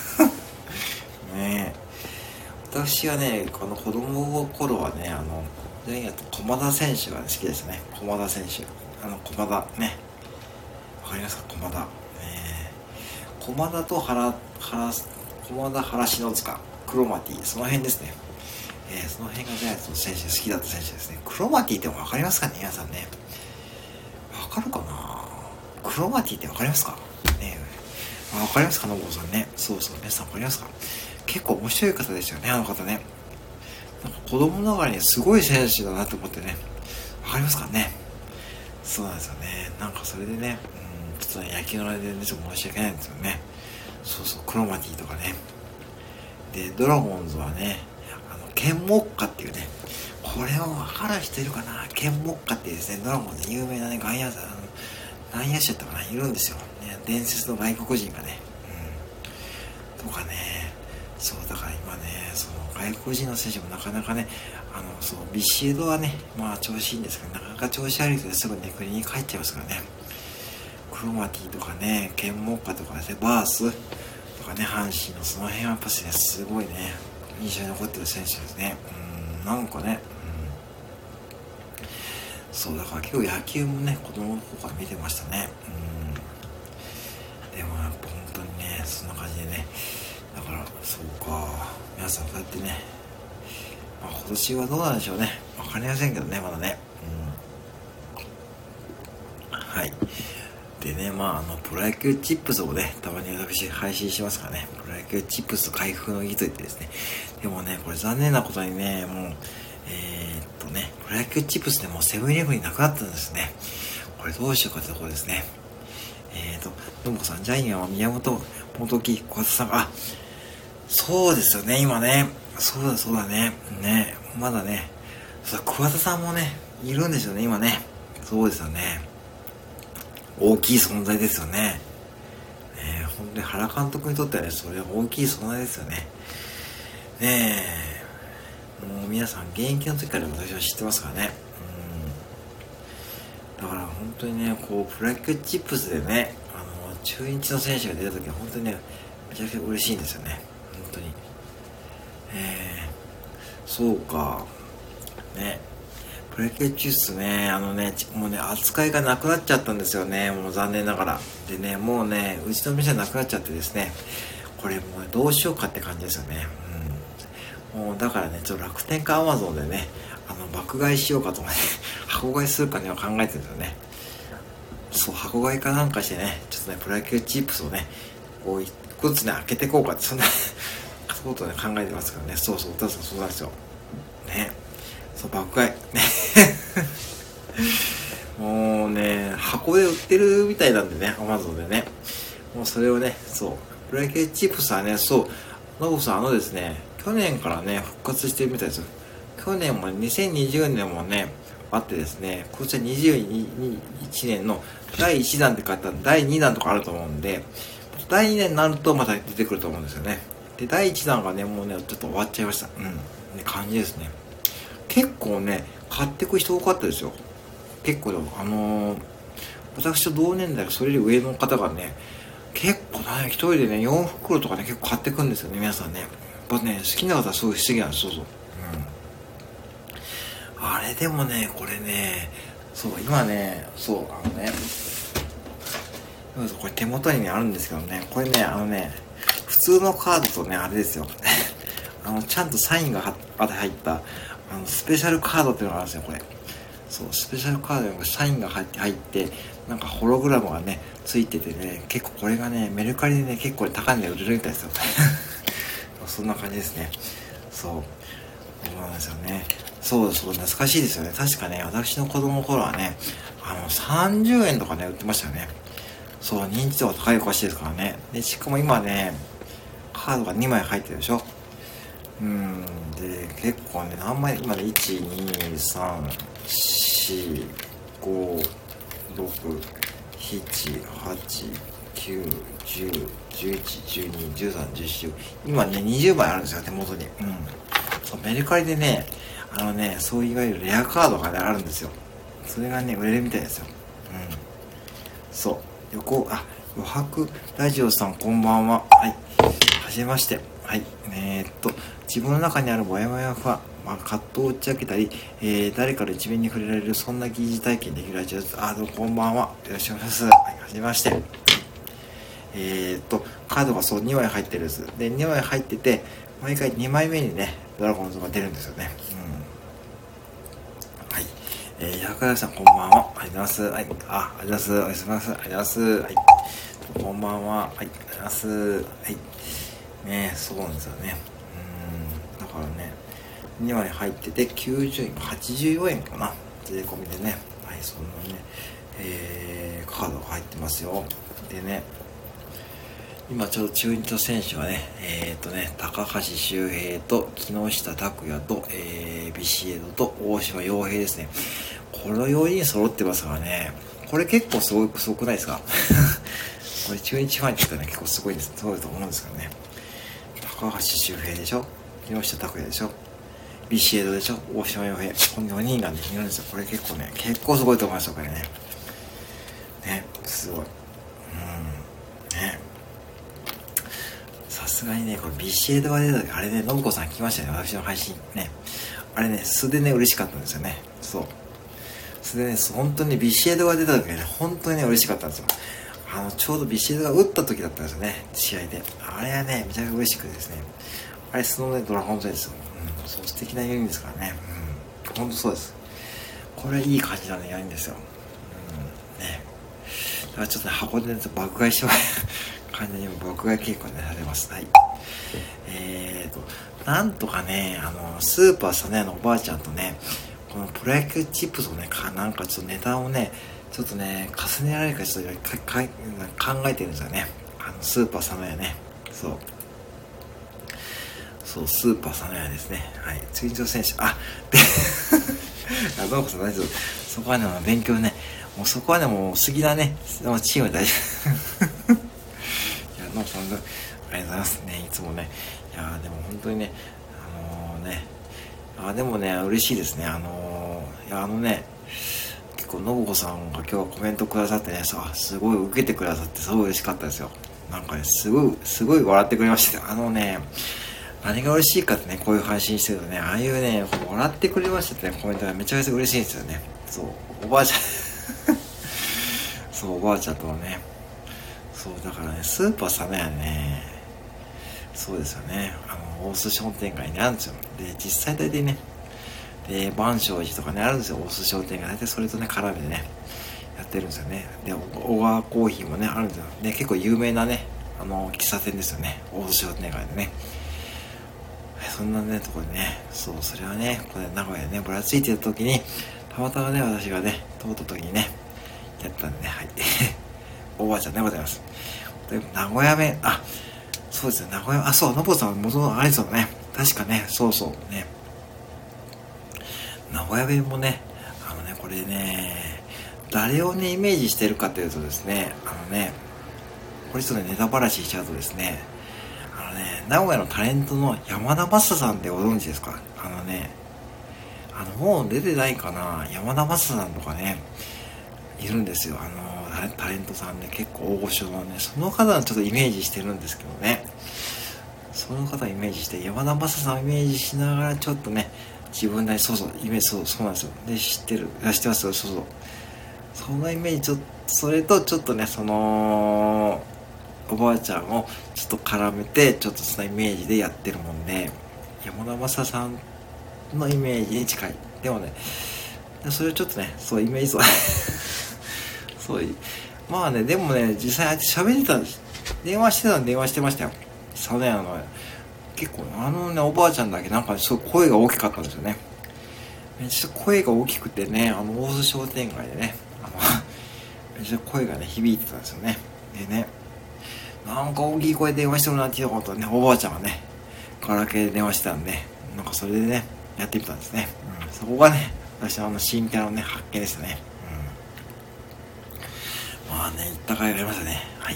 ねえ、私はね、この子供の頃はね、あのジャイアント駒田選手が好きですね。駒田選手、あの駒田ね、わかりますか、駒田。ね、駒田と原原駒田原篠塚クロマティ、その辺ですね。えー、その辺がジャイアンツの選手、好きだった選手ですね。クロマティってわかりますかね、皆さんね。わかるかな。クロマティってわかりますかね。わかりますか、のぼうさんね。そうそう、皆さんわかりますか。結構面白い方ですよね、あの方ね。なんか子供ながらにすごい選手だなと思ってね。わかりますかね。そうなんですよね。なんかそれでね、うん、ちっとね、野球のあれでね、ちょっと申し訳ないんですよね。そうそう、クロマティとかね。で、ドラゴンズはね、あの、ケンモッカっていうね、これを分かる人いるかな。ケンモッカっていうですね、ドラゴンズで有名なね、外野手、あの、内野手やったかな、いるんですよ。ね、伝説の外国人がね。うん。とかね、そう、だから今ね、その外国人の選手もなかなかね、あの、そう、ビシエドはね、まあ調子いいんですけど、なかなか調子悪いとすぐね、国に帰っちゃいますからね。クロマティとかね、ケンモッカとかですね、バースとかね、阪神のその辺はやっぱしね、すごいね、印象に残ってる選手ですね。うん、なんかね、うん、そう、だから結構野球もね、子供の頃から見てましたね。うん、でもやっぱ本当にね、そんな感じでね、だから、そうか、皆さんこうやってね、まあ今年はどうなんでしょうね。わかりませんけどね、まだね。うん、はい。でね、まあ、あの、プロ野球チップスをね、たまに私配信しますからね、プロ野球チップス開封の儀といってですね、でもね、これ残念なことにね、もう、えー、っとね、プロ野球チップスでもうセブンイレブンになくなったんですね。これどうしようかってところですね。えー、っと、のもこさん、ジャイアンは宮本、元木、小畑さん、あ、そうですよね、今ね、そうだそうだね、ね、まだね、そうだ、桑田さんもね、いるんですよね、今ね、そうですよね。大きい存在ですよね。ねえ、本当に原監督にとってはね、それは大きい存在ですよね。ねえ、もう皆さん現役の時から私は知ってますからね。うん。だから本当にね、こう、プロ野球チップスでね、あの、中日の選手が出た時は本当にね、めちゃくちゃ嬉しいんですよね。本当に。えー、そうか。ね。プロ野球チップスね、あのね、もうね、扱いがなくなっちゃったんですよね。もう残念ながら。でね、もうね、うちの店なくなっちゃってですね、これもうどうしようかって感じですよね。うん。もうだからね、ちょっと楽天かアマゾンでね、あの、爆買いしようかとかね、箱買いするかには考えてるんですよね。そう、箱買いかなんかしてね、ちょっとね、プロ野球チップスをね、こう、一個ずつね、開けていこうかって、そんなことね、考えてますからね。そうそう、お父さんそうなんですよ。ね。そう、爆買い。ね。もうね、箱で売ってるみたいなんでね、アマゾンでね。もうそれをね、そう。プロ野球チップスはね、そう、ノブさん、あのですね、去年からね、復活してるみたいですよ。去年もにせんにじゅうねんもね、あってですね、今年はにじゅういちねんのだいいちだんって書いただいにだんとかあると思うんで、だいにねんになるとまた出てくると思うんですよね。で、だいいちだんがね、もうね、ちょっと終わっちゃいました。うん。ね、感じですね。結構ね、買ってく人多かったですよ。結構、あのー、私と同年代、それより上の方がね、結構ね、一人でね、よん袋とかね、結構買ってくんですよね、皆さんね。やっぱね、好きな方はすごい不思議なんです。そうそう。うん。あれでもね、これね、そう、今ね、そう、あのね、これ手元にね、あるんですけどね、これね、あのね、普通のカードとね、あれですよ。あの、ちゃんとサインが入った、あの、スペシャルカードっていうのがあるんですよ、これ。そう、スペシャルカードにサインが入って入ってなんかホログラムがねついててね、結構これがねメルカリでね結構高値で売れるみたいですよ。そんな感じですね。そうそうなんですよね。そうそう、懐かしいですよね。確かね、私の子供の頃はね、あのさんじゅうえんとかね売ってましたよね。そう、認知度が高いお菓子ですからね。でしかも今ねカードがにまい入ってるでしょ。うん、で結構ね、何枚今でいち、に、さん、よん、ご、ろく、なな、はち、きゅう、じゅう、じゅういち、じゅうに、じゅうさん、じゅうよん、今ねにじゅうまいあるんですよ、手元に。うん。そう、メルカリでね、あのね、そういわゆるレアカードがねあるんですよ。それがね売れるみたいですよ。うん。そう、横、あ、余白ラジオさん、こんばんは。はい、はじめまして。はい、えー、っと自分の中にあるモヤモヤ不安、まあ、葛藤を打ち明けたり、えー、誰かの一面に触れられる、そんな疑似体験できるラジオです。あ、どうもこんばんは、よろしくお願いします。はい、はじめまして。えー、っとカードがそうにまい入ってるんです。でにまい入ってて、毎回にまいめにねドラゴンズが出るんですよね。うん、はい、えー、百田さん、こんばんは。ありがとうございます。はい、あ、ありがとうございます。おやすみなさい。ありがとうございます。はい、こんばんは。はい、ありがとうございます。はい、ね、そうなんですよね。うん、だからね、にまい入っててきゅうじゅうえん、はちじゅうよえんかな、税込みでね。はい、そんなね、 えー、カードが入ってますよ。でね、今ちょうど中日の選手はね、えーとね、高橋周平と木下拓哉と、えー、ビシエドと大島洋平ですね。このよにん揃ってますからね。これ結構すごい、すごくないですかこれ中日ファンにとってはね、結構すごいです。すごいと思うんですけどね。高橋周平でしょ、木下拓哉でしょ、ビシエドでしょ、大島洋平。このよにんがね、いるんですよ。これ結構ね、結構すごいと思いますよ、これね。ね、すごい。うん。ね。さすがにね、これビシエドが出た時、あれね、信子さん聞きましたね、私の配信ね。あれね、素でね、嬉しかったんですよね。そう。素でね、本当にビシエドが出た時はね、本当にね、嬉しかったんですよ。あの、ちょうどビシエドが打った時だったんですよね、試合で。あれはね、めちゃくちゃ嬉しくてですね。あれ、素のね、ドラゴンズですよ。うん、そう、素敵なよにんですからね。うん、本当そうです。これいい感じのね、よにんですよ。うん、ね。だからちょっとね、箱でね、爆買いしてもらえ感じにも爆買い傾向に、ね、されます。はい。えーと、なんとかね、あの、スーパーサネアのおばあちゃんとね、このプロ野球チップスをね、かなんかちょっとネタをね、ちょっとね、重ねられるかちょっとかか考えてるんですよね。あの、スーパーサネアね。そう。そう、スーパーサネアですね。はい。中日選手、あ、で、あ、どうもさん大丈夫。そこはね、勉強ね、もうそこはね、もう好きなね、チーム大丈夫。いや、どうもさん、ありがとうございますね。いつもね。いやでも本当にね、あのー、ね、あ、でもね、嬉しいですね。あのー、いや、あのね、結構、信子さんが今日はコメントくださってね、さ、すごい受けてくださって、すごい嬉しかったですよ。なんかね、すごい、すごい笑ってくれました。あのね、何が嬉しいかってね、こういう配信してるとね、ああいうね、笑ってくれましたってね、コメントがめちゃめちゃ嬉しいんですよね。そう、おばあちゃん、そう、おばあちゃんとはね、そう、だからね、スーパーサメはね、そうですよね、あの、大須商店街にあるんですよ。で、実際大体ね、で、万象寺とかね、あるんですよ、大須商店街。大体それとね、絡めてね、やってるんですよね。で、小川コーヒーもね、あるんですよ。で、結構有名なね、あの、喫茶店ですよね、大須商店街でね。そんなね、ところでね、そう、それはね、ここで名古屋でね、ぶらついてた時に、たまたまね、私がね、通った時にね、やったんでね、はい。おばあちゃんでございます。で、名古屋弁、あ、そうですね、名古屋、あ、そう、のぼさんは元のあれですよね。確かね、そうそうね。名古屋弁もね、あのね、これね、誰をね、イメージしてるかというとですね、あのね、これちょっとね、ネタばらししちゃうとですね、あのね、名古屋のタレントの山田正さんってご存知ですか？あのね、あの、もう出てないかな、山田正さんとかね、いるんですよ。あの、タレントさんで、ね、結構大御所のね、その方はちょっとイメージしてるんですけどね、その方をイメージして、山田正さんをイメージしながら、ちょっとね、自分なり、そうそう、イメージ、そう、そうなんですよ。で、知ってる、知ってますよ、そうそう。そのイメージ、ちょっと、それとちょっとね、その、おばあちゃんをちょっと絡めて、ちょっとそのイメージでやってるもんで、山田正さんのイメージに近い。でもね、それをちょっとね、そう、イメージそう。そういう。まあね、でもね、実際あいつ喋ってたんです。電話してたん電話してましたよ。サネアの、結構、あのね、おばあちゃんだけなんかすごい声が大きかったんですよね。めっちゃ声が大きくてね、あの、大須商店街でね、あの、めっちゃ声がね、響いてたんですよね。でね、なんか大きい声で電話してるなっていうことをね、おばあちゃんがね、ガラケーで電話してたんで、なんかそれでね、やってみたんですね。うん、そこがね、私のあの新キャラのね、発見でしたね。うん、まあね、行った甲斐がありましたね。はい。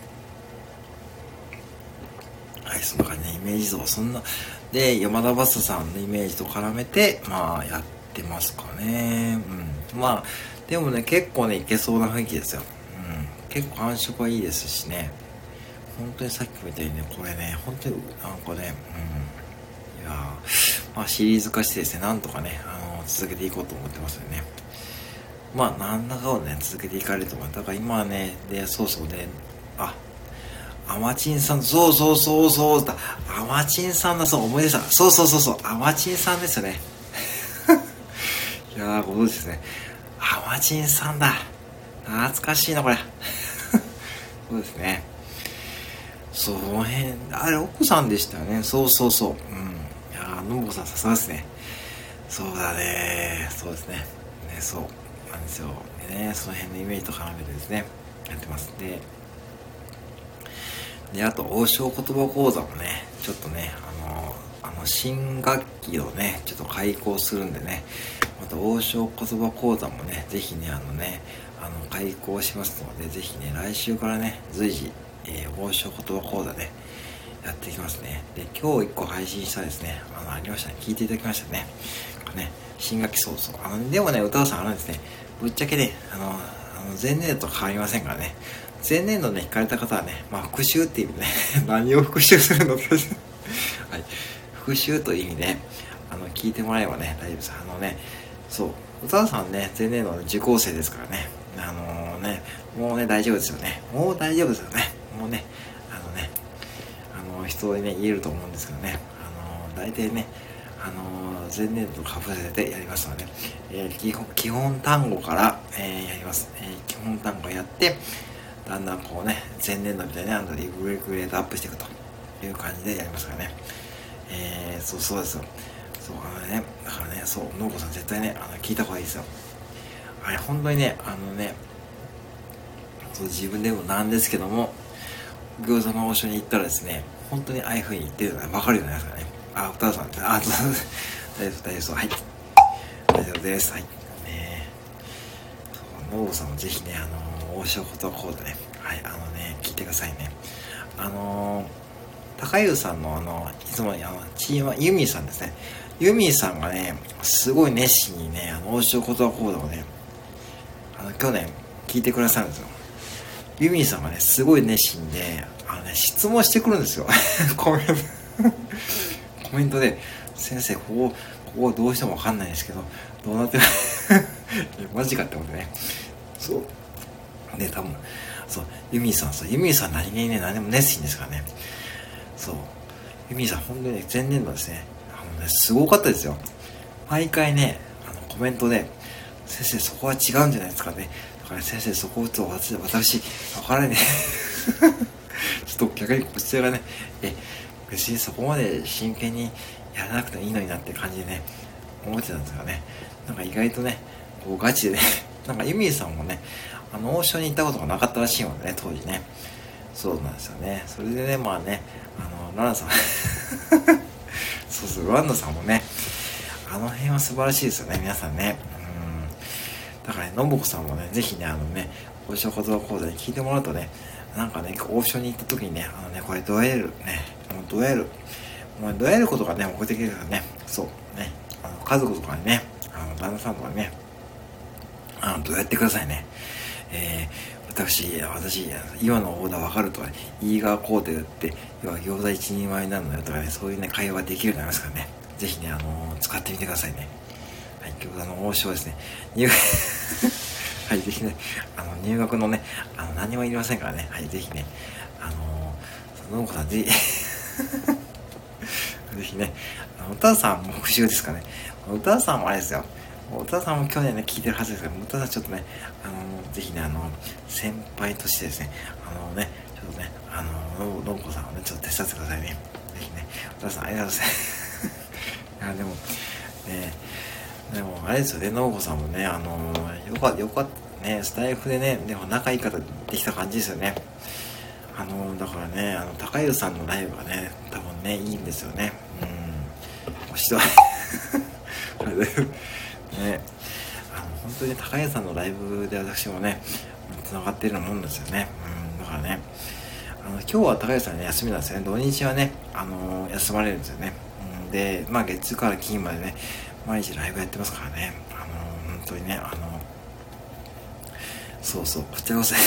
はい、そんな感じでイメージ像、そんな、で、山田バスさんのイメージと絡めて、まあ、やってますかね。うん。まあ、でもね、結構ね、いけそうな雰囲気ですよ。うん。結構感触はいいですしね。本当にさっきみたいにね、これね、本当に、なんかね、うん。いやー、まあ、シリーズ化してですね、なんとかね、あのー、続けていこうと思ってますよね。まあ、なんだかをね、続けていかれると思う。だから今はね、で、そうそうね、あ、アマチンさん、そうそうそうそうだ。アマチンさんだ、そう、思い出した。そうそうそうそう、アマチンさんですよね。いやー、ご存知ですね。アマチンさんだ。懐かしいな、これ。そうですね。その辺、あれ、奥さんでしたよね。そうそうそう。うん。いやー、のんぼさん、さすがですね。そうだね。そうですね。ね、そう。なんですよ。でね、その辺のイメージと絡めてですね、やってます。で、で、あと、王将言葉講座もね、ちょっとね、あの、あの、新学期をね、ちょっと開講するんでね、また王将言葉講座もね、ぜひね、あのね、あの、開講しますので、ぜひね、来週からね、随時、えー、王将言葉講座ね、やっていきますね。で、今日一個配信したですね、あの、ありましたね、聞いていただきましたね。ね、新学期早々。あの、でもね、歌尾さんあるんですね、ぶっちゃけね、あの、あの前年度と変わりませんからね。前年度ね、聞かれた方はね、まあ、復習っていう意味ね、何を復習するのってはい。復習という意味で、あの、聞いてもらえばね、大丈夫です。あのね、そう、歌尾さんね、前年度の受講生ですからね、あのー、ね、もうね、大丈夫ですよね。もう大丈夫ですよね。もうね、あのね、あの、人にね、言えると思うんですけどね、あのー、大体ね、あのー、前年度かぶせてやりますので、えー、基本、基本単語から、えー、やります。えー、基本単語やって、だんだんこうね、前年度みたいにアンドリグレグレードアップしていくという感じでやりますからね。えー、そうそうですよ。そう、あのね、だからね、そう、のうこさん絶対ね、あの、聞いた方がいいですよ。あれ、本当にね、あのね、そう、自分でもなんですけども、餃子の王将に行ったらですね、本当にああいう風に言ってるのがわかるようになりますからね。あ、歌田さん、あ、大丈夫です、大丈夫です、はい。大丈夫です、はい。ねそう、のうこさんもぜひね、あのー、王将ことこうでね、はい、あのね、聞いてくださいね。あのー、高優さんのあの、いつもあの、チーム、ユミーさんですね。ユミーさんがね、すごい熱心にね、あの、王将言葉講座をね、あの、去年聞いてくださるんですよ。ユミーさんがね、すごい熱心で、あのね、質問してくるんですよ。コメント。コメントで、先生、ここ、ここどうしてもわかんないんですけど、どうなってるマジかって思ってね。そう。で、多分、そう、ユミーさん、そう、ユミーさん何気にね、何でも熱心ですからね。そう。ユミーさん、本当にね、前年度ですね、あのね、すごかったですよ。毎回ね、あの、コメントで、先生、そこは違うんじゃないですかね。だから先生、そこをちょっと私、私、わからない。ちょっと逆にこちらがね、え、別にそこまで真剣にやらなくてもいいのになって感じでね、思ってたんですがね、なんか意外とね、こうガチでね、なんかユミーさんもね、あの、王将に行ったことがなかったらしいのでね、当時ね。そうなんですよね。それでね、まあね、あの、ラナさん、そうそう、ランナさんもね、あの辺は素晴らしいですよね、皆さんね。うん。だからね、のぼこさんもね、ぜひね、あのね、王将言葉講座に聞いてもらうとね、なんかね、王将に行った時にね、あのね、これどうやるね、もうどうやる、もうどうやることがね、目的ですからね、そう、ね、あの家族とかにね、あの旦那さんとかにね、あの、どうやってくださいね。えー、私、私、今のオーダーわかるとか、ね、いいがこうてって、要は餃子一人前になるのよとかね、そういうね、会話ができるようになりますからね、ぜひね、あのー、使ってみてくださいね。はい、餃子の王将ですね。入学はい、ぜひね、あの、入学のね、あの、何もいりませんからね、はい、ぜひね、あのー、その子さん、ぜひ、ぜひね、あの、歌さんも復習ですかね。歌さんもあれですよ。歌さんも去年ね、聞いてるはずですけど、歌さんちょっとね、あのー、ぜひね、あの、先輩としてですね、あのね、ちょっとね、あのー、のぶこさんをね、ちょっと手伝ってくださいね。ぜひね、歌さんありがとうございます。いや、でも、ね、でも、あれですよね、のぶこさんもね、あのー、よかった、よかったね、スタイフでね、でも仲いい方できた感じですよね。あのー、だからね、あの、高湯さんのライブがね、多分ね、いいんですよね。うん。ひどい。ね、あの本当に高谷さんのライブで私もね繋がっているようなもんですよね。うん、だからね、あの今日は高谷さんね休みなんですよね。土日はね、あのー、休まれるんですよね。うん、で、まあ月から金までね毎日ライブやってますからね。あのー、本当にね、あのー、そうそう、こちらこそ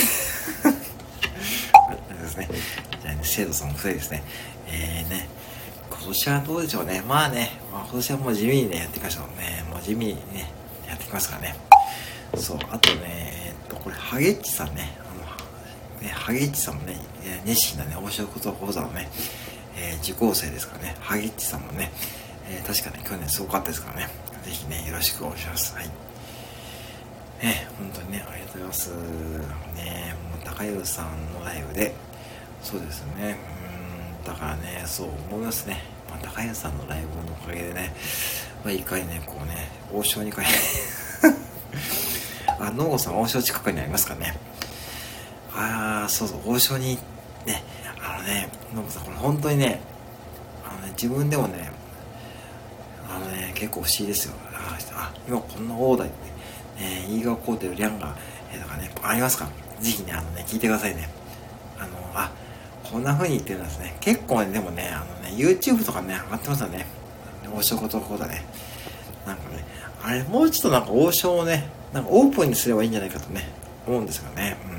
ですね。じゃあね、生徒さんもふたりですね。えーね。今年はどうでしょうね。まあね、まあ、今年はもう地味にね、やっていきましょうね。もう地味にね、やっていきますからね。そう、あとね、えー、っと、これ、ハゲッチさんね。あの、ね、ハゲッチさんもね、熱心なね、王将こと講座のね、えー、受講生ですからね。ハゲッチさんもね、えー、確かね、去年すごかったですからね。ぜひね、よろしくお願いします。はい。ね、本当にね、ありがとうございます。ね、もう、高湯さんのライブで、そうですね。だからね、そう思いますね。まあ、高谷さんのライブのおかげでね、まあ、いかにね、こうね、王将にかいあ、のうごさん、王将近くにありますかね。ああ、そうそう、王将に、ね、あのね、のうごさん、これ本当にね、あのね、自分でもね、あのね、結構不思議ですよ。あ、あ今こんな大台でね、飯川工程のリャンが、えー、とかね、ありますか？ぜひね、あのね、聞いてくださいね。あの、あ、こんな風に言ってるんですね。結構ね、でもね、あのね、YouTube とかね、上がってますよね。王将ことこうだね。なんかね、あれ、もうちょっとなんか王将をね、なんかオープンにすればいいんじゃないかとね、思うんですよね。うん。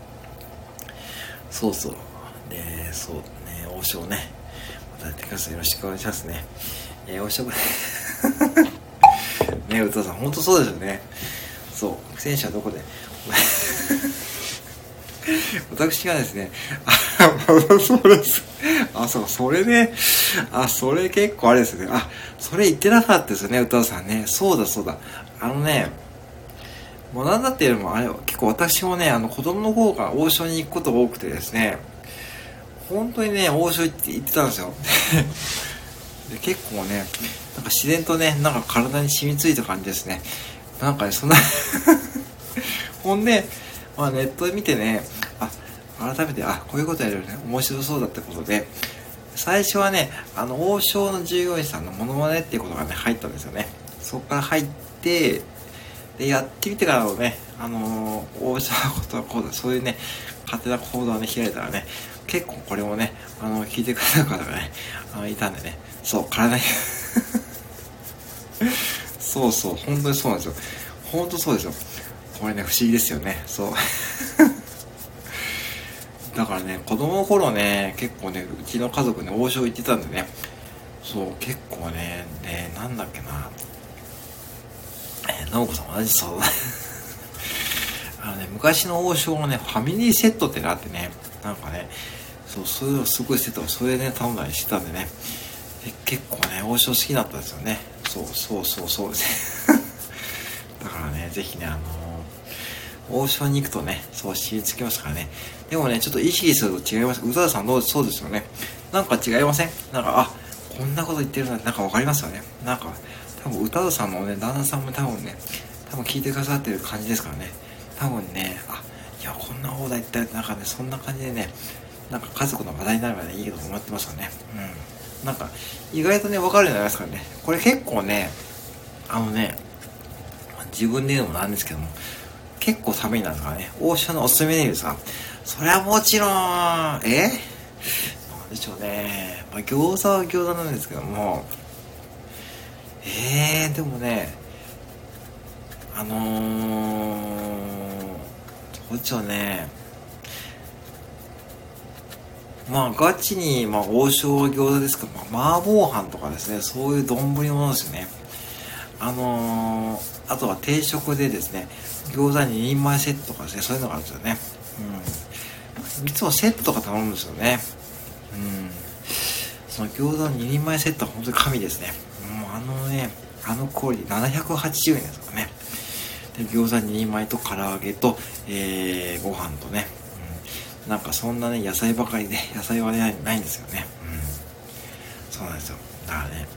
そうそう。で、そう、ね、王将ね、またやってください。よろしくお願いしますね。えー、王将、ね、宇多田さん、ほんとそうですよね。そう、選手はどこで私がですね、あ、そうです。あ、そう、それね、あ、それ結構あれですね。あ、それ言ってなかったですよね、宇多田さんね。そうだそうだ。あのね、もうなんだっていうのも、あれ、結構私もね、あの、子供の方から王将に行くことが多くてですね、本当にね、王将行って行ってたんですよ。で結構ね、なんか自然とね、なんか体に染みついた感じですね。なんかね、そんなほんで、まあネットで見てね、あ、改めて、あ、こういうことやるよね、面白そうだってことで、最初はね、あの、王将の従業員さんのモノマネっていうことがね、入ったんですよね。そこから入って、で、やってみてからのね、あのー、王将のことはこうだ、そういうね、勝手な行動をね、開いたらね、結構これもね、あの、聞いてくれた方がね、あの、いたんでね、そう、体にそうそう、本当にそうなんですよ。本当そうですよ。これね、不思議ですよね。そう。だからね、子供の頃ね、結構ね、うちの家族ね、王将行ってたんでね、そう、結構ね、ね、なんだっけな、えー、直子さん同じそう。あのね、昔の王将のね、ファミリーセットってのあってね、なんかね、そう、そういうのすごいセットをそれでね、頼んだりしてたんでね、で結構ね、王将好きだったんですよね。そうそうそうそうですね。だからね、ぜひね、あのー、王将に行くとね、そう、染みつきますからね。でもね、ちょっと意識すると違います。宇多田さんどうそうですよね。なんか違いません？なんか、あ、こんなこと言ってるのなんかわかりますよね。なんか、多分宇多田さんのね、旦那さんも多分ね、多分聞いてくださってる感じですからね。多分ね、あ、いや、こんな放題言ったら、なんかね、そんな感じでね、なんか家族の話題になればね、いいけど思ってますよね。うん。なんか、意外とね、わかるようになりますからね。これ結構ね、あのね、自分で言うのもなんですけども、結構ためになるからね、王将のおすすめメニューですか？それはもちろん、えなんでしょうね。まあ、餃子は餃子なんですけども、えー、でもね、あのー、どうでしょうね。まあ、ガチに、まあ、王将は餃子ですけど、まあ、麻婆飯とかですね、そういう丼物ですよね。あのー、あとは定食でですね、餃子にに人前セットとかですね、そういうのがあるんですよね。うん。いつもセットとか頼むんですよね。うん。その餃子のに人前セットは本当に神ですね。もうあのね、あのクオリティななひゃくはちじゅうえんですからね。で、餃子に人前と唐揚げと、えー、ご飯とね、うん。なんかそんなね、野菜ばかりで、野菜はね、ないんですよね。うん。そうなんですよ。だからね、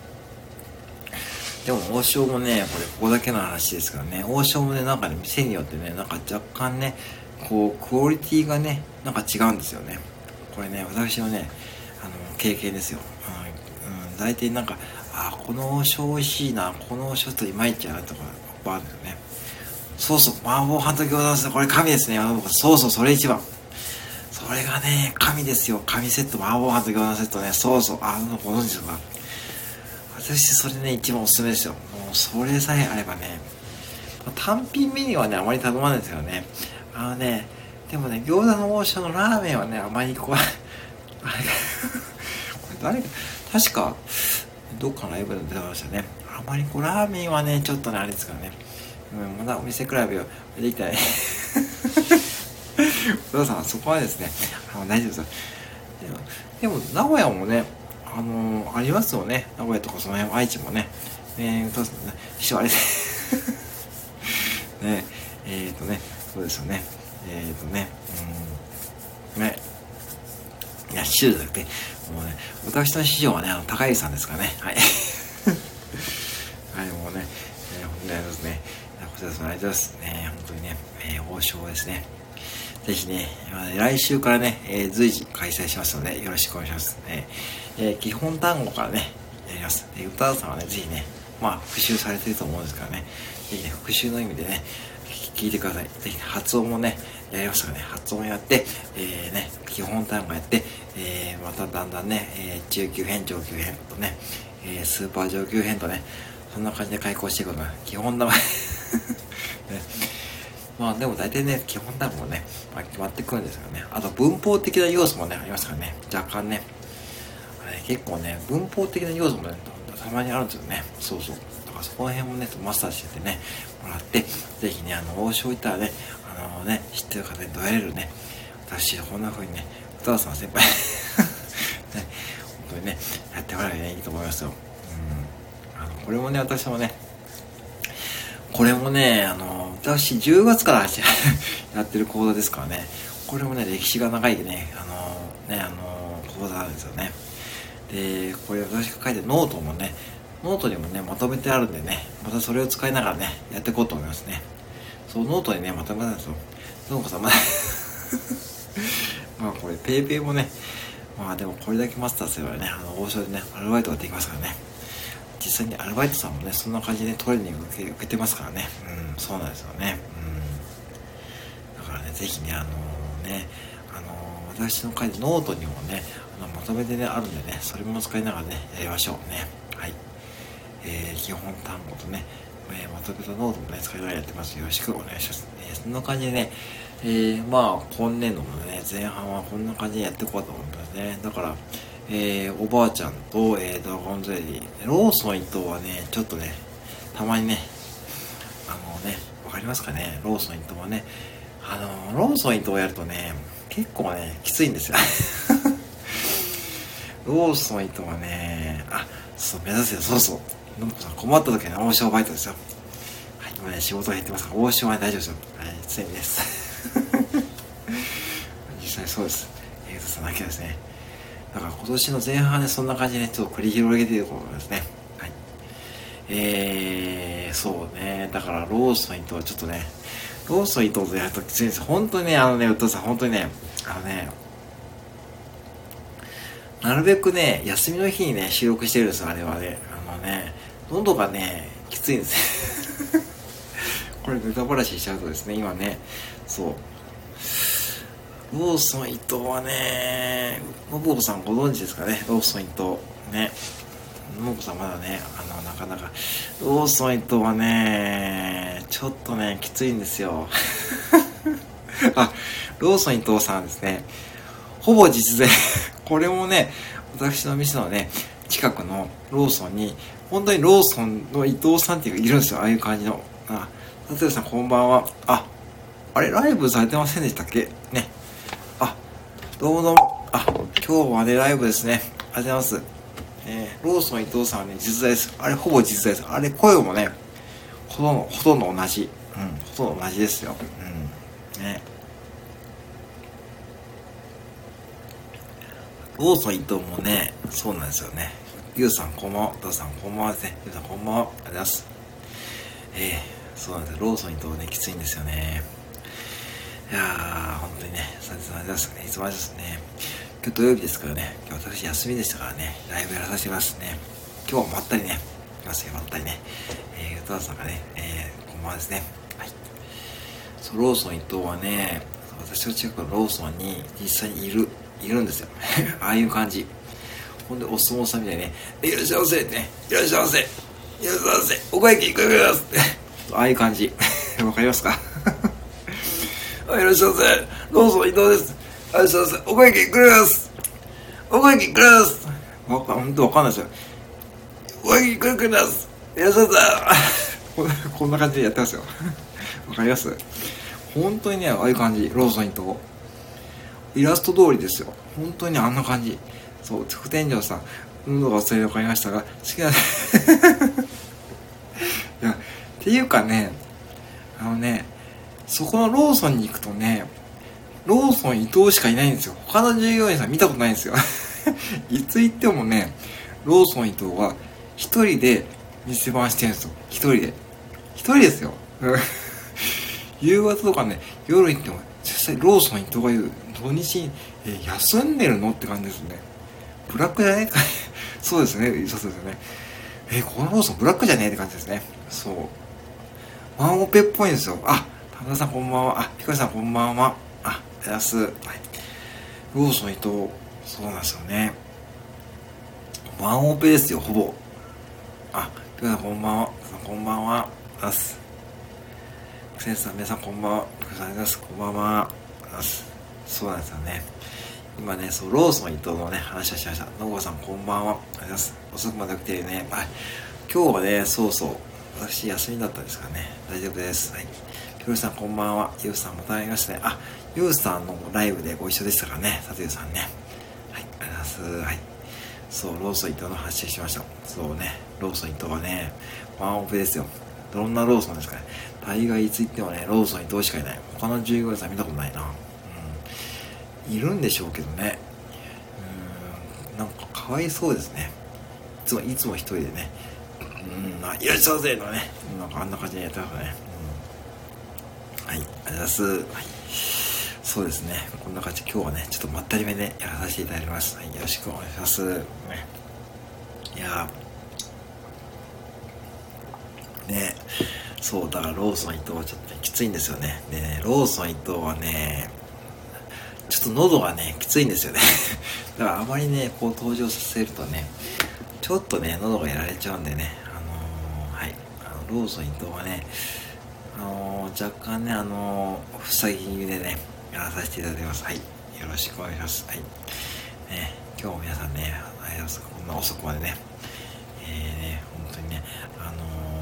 でも王将もね、これここだけの話ですからね、王将もね、なんかね、店によってね、なんか若干ね、こう、クオリティがね、なんか違うんですよね。これね、私のね、あの、経験ですよ。うん、うん、大体なんか、あ、この王将美味しいな、この王将といまいちやなとか、あるんですよね。そうそう、麻婆飯と餃子ですね、これ神ですね。そうそう、それ一番。それがね、神ですよ。神セット、麻婆飯と餃子セットね。そうそう、あの、ご存知ですか？私それね一番おすすめですよ。もうそれさえあればね、単品メニューはねあまり頼まないですよね。あのね、でもね、餃子の王将のラーメンはねあまりこうあれこれ誰か確かどっかのライブで出てましたね。あまりこうラーメンはねちょっとねあれですからね、うん、まだお店比べをできたね。お父さんはそこはですね、あの大丈夫ですよ。でも、でも名古屋もね、あのー、ありますよね。名古屋とかその辺、愛知もね。ねえ、どうするね。秘書あれで。ねえ、えーとね、そうですよね。えーとね、うん、ね。いや、師匠じゃなくて、もうね、私の師匠はね、あの、高井さんですからね。はい。はい、もうね、えー、本当にありますね。 こちらこそありがとうございますね。本当にね、えー、王将ですね。ぜひね、来週からね、えー、随時開催しますので、よろしくお願いします。えーえー、基本単語からね、やります。で、歌さんはね、ぜひね、まあ、復習されてると思うんですからね、ぜひね、復習の意味でね、聞いてください。ぜひ、ね、発音もね、やりますからね、発音やって、えー、ね、基本単語やって、えー、まただんだんね、えー、中級編、上級編とね、えー、スーパー上級編とね、そんな感じで開講していくのが、基本単語、ね、まあでも大体ね、基本単語もね、まあ、決まってくるんですよね。あと文法的な要素もね、ありますからね、若干ね。結構ね、文法的な要素もね、たまにあるんですよね。そうそう。だからそこら辺もね、マスターしててね、もらって、ぜひね、あの、王将行ったらね、あのね、知ってる方にどやれるね、私、こんな風にね、歌田さん先輩、ね、本当にね、やってもらえばね、いいと思いますよ。うん。あの、これもね、私もね、これもね、あの、私、じゅうがつからやってる講座ですからね、これもね、歴史が長いね、あの、ね、あの、講座なんですよね。で、これ私が書いてるノートもね、ノートにもね、まとめてあるんでね、またそれを使いながらね、やっていこうと思いますね。そう、ノートにね、まとめたんですよ。どうもさん、まだまあこれ、ペイペイもね、まあでもこれだけマスターすればね、あの、王将でね、アルバイトができますからね。実際にアルバイトさんもね、そんな感じでトレーニング受け、受けてますからね。うん、そうなんですよね。うん。だからね、ぜひね、あのー、ね、あのー、私の書いてノートにもね、あのまとめてね、あるんでね、それも使いながらね、やりましょうね。はい。えー、基本単語とね、えー、まとめたノートもね、使いながらやってます。よろしくお願いします。えー、そんな感じでね、えー、まあ、今年度もね、前半はこんな感じでやっていこうと思うんですね。だから、えー、おばあちゃんと、えー、ドラゴンゼリー、ローソン伊藤はね、ちょっとね、たまにね、あのね、わかりますかね、ローソン伊藤はね、あの、ローソン伊藤やるとね、結構ね、きついんですよ。ローソン伊藤はね、あ、そう、目指せよ、そうそう。のぶこさん困った時は王将バイトですよ。はい、今ね、仕事が減ってますから、王将は、ね、大丈夫ですよ。はい、常にです。実際そうです。えーとさんだけですね。だから今年の前半でそんな感じで、ね、ちょっと繰り広げていることですね。はい。えー、そうね。だからローソン伊藤はちょっとね、ローソン伊藤とやるときついんですよ。本当にね、あのね、お父さん、本当にね、あのね、なるべくね、休みの日にね、収録してるんですよ、あれはね。あのね、喉がね、きついんですよ。これネタバラシしちゃうとですね、今ね、そう。ローソン伊藤はね、のぶこさんご存知ですかね、ローソン伊藤。ね。のぶこさんまだね、あの、なかなか、ローソン伊藤はね、ちょっとね、きついんですよ。あ、ローソン伊藤さんですね。ほぼ実在。これもね、私の店のね、近くのローソンに、本当にローソンの伊藤さんっていうのがいるんですよ、ああいう感じの。あ、佐藤さんこんばんは。あ、あれ、ライブされてませんでしたっけね。あ、どうもどうも。あ、今日はね、ライブですね。ありがとうございます。えー、ローソン伊藤さんはね、実在です。あれ、ほぼ実在です。あれ、声もね、ほとんど、ほとんど同じ。うん、ほとんど同じですよ。うん。ね。ローソン伊藤もね、そうなんですよね。ゆうさんこんばんは、お父さんこんばんはですね。ゆうさんこんばんは、ありがとうございます。えー、そうなんですよ。ローソン伊藤ね、きついんですよね。いやー、本当にね、さんじゅうさんありがとうございますね。いつもありがとうございますね。今日土曜日ですからね、今日私休みでしたからね、ライブやらさせてますね。今日はまったりね、いますよ、まったりね。えー、ゆうたさんがね、えー、こんばんはですね。はい。そう、ローソン伊藤はね、私の近くのローソンに実際にいる。いるんですよ。ああいう感じ。ほんで、お相撲さんみたいにね、いらっしゃいませってね、いらっしゃいませ、いらっしゃいませ、お会計いくらくださいって。ああいう感じ。わかりますか？いらっしゃいませ、ローソン伊藤です。いらっしゃいませ、お会計いくらです。お会計いくらです。わか、ほんとわかんないですよ。お会計いくらくだす。いらっしゃいませ。こんな感じでやってますよ。わかります？本当にね、ああいう感じ、ローソン伊藤。イラスト通りですよ。本当にあんな感じ。そう、副店長さん、喉が忘れて分かりましたが、好きな、いや、っていうかね、あのね、そこのローソンに行くとね、ローソン伊藤しかいないんですよ。他の従業員さん見たことないんですよ。いつ行ってもね、ローソン伊藤は一人で店番してるんですよ。一人で。一人ですよ。 夕方とかね、夜行っても、実際ローソン伊藤が言う、土日に、えー、休んでるのって感じですね。ブラックじゃねえかそうですね、そうですよね。えー、このローソンブラックじゃねえって感じですね。そう。ワンオペっぽいんですよ。あ、田村さんこんばんは。あ、ピコリさんこんばんは。あ、あります。はい。ローソン伊藤、そうなんですよね。ワンオペですよ、ほぼ。あ、ピコリさんこんばんは。こんばんは。あす。センさん、皆さんこんばんは。ピコリさんあります。こんばんは。あす。そうなんですよね。今ね、そう、ローソン伊藤のね、話をしました。のごさんこんばんは。ありがとうございます。遅くまで起きてるね。はい。今日はね、そうそう。私休みだったんですからね。大丈夫です。はい。ひろしさんこんばんは。ゆうさんまた会いましたね。あ、ゆうさんのライブでご一緒でしたからね。さとゆうさんね。はい、ありがとうございます。はい。そう、ローソン伊藤の話しました。そうね、ローソン伊藤はね、ワンオペですよ。どんなローソンですかね。大概いつ行ってもね、ローソン伊藤しかいない。他の従業員さん見たことないな。うん。いるんでしょうけどね。うーん、なんかかわいそうですね。いつも、いつも一人でね。うん、まあ、いらっしゃいませのね。なんかあんな感じでやってますね。はい、ありがとうございます。はい。そうですね。こんな感じで今日はね、ちょっとまったりめでやらさせていただきます。はい、よろしくお願いします。ね、いやー、ね、そう、だからローソン伊藤はちょっと、ね、きついんですよね。でね、ローソン伊藤はね、ちょっと喉がね、きついんですよね。だからあまりね、こう登場させるとね、ちょっとね、喉がやられちゃうんでね、あのー、はい、あのローソン伊藤はね、あのー、若干ね、あのー、塞ぎ気味でね、やらさせていただきます。はい。よろしくお願いします。はい。ね、今日も皆さんね、ありがとうございます。こんな遅くまでね、えーね、本当にね、あのー、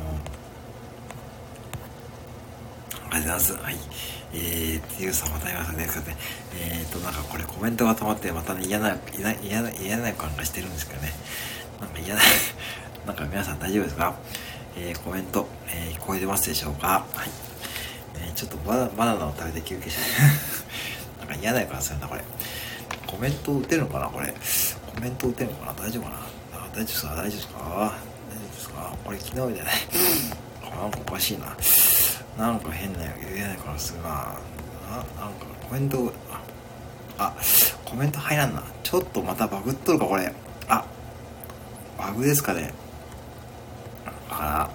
ありがとうございます。はい。えー、ゆうさんまたいましたね。えーと、なんかこれコメントが溜まって、またね、嫌な、嫌な、嫌な、嫌な感がしてるんですけどね。なんか嫌な、なんか皆さん大丈夫ですか？えー、コメント、えー、聞こえてますでしょうか？はい。えー、ちょっとバナバナナを食べて休憩してなんか嫌な予感するな、これ。コメント打てるのかな、これ。コメント打てるのかな、大丈夫かな。あ、大丈夫ですか、大丈夫ですか、大丈夫ですか、これ昨日みたいなね。なんかおかしいな。なんか変な言えないからするな。な、なんかコメント、あ、あ、コメント入らんな。ちょっとまたバグっとるか、これ。あ、バグですかね。あ、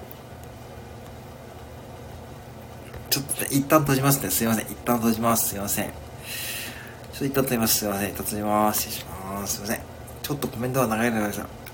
ちょっと、ね、一旦閉じますね。すいません。一旦閉じます。すいません。ちょっと一旦閉じます。すいません。一旦閉じます。失礼します。すいません。ちょっとコメントは長いのでございました。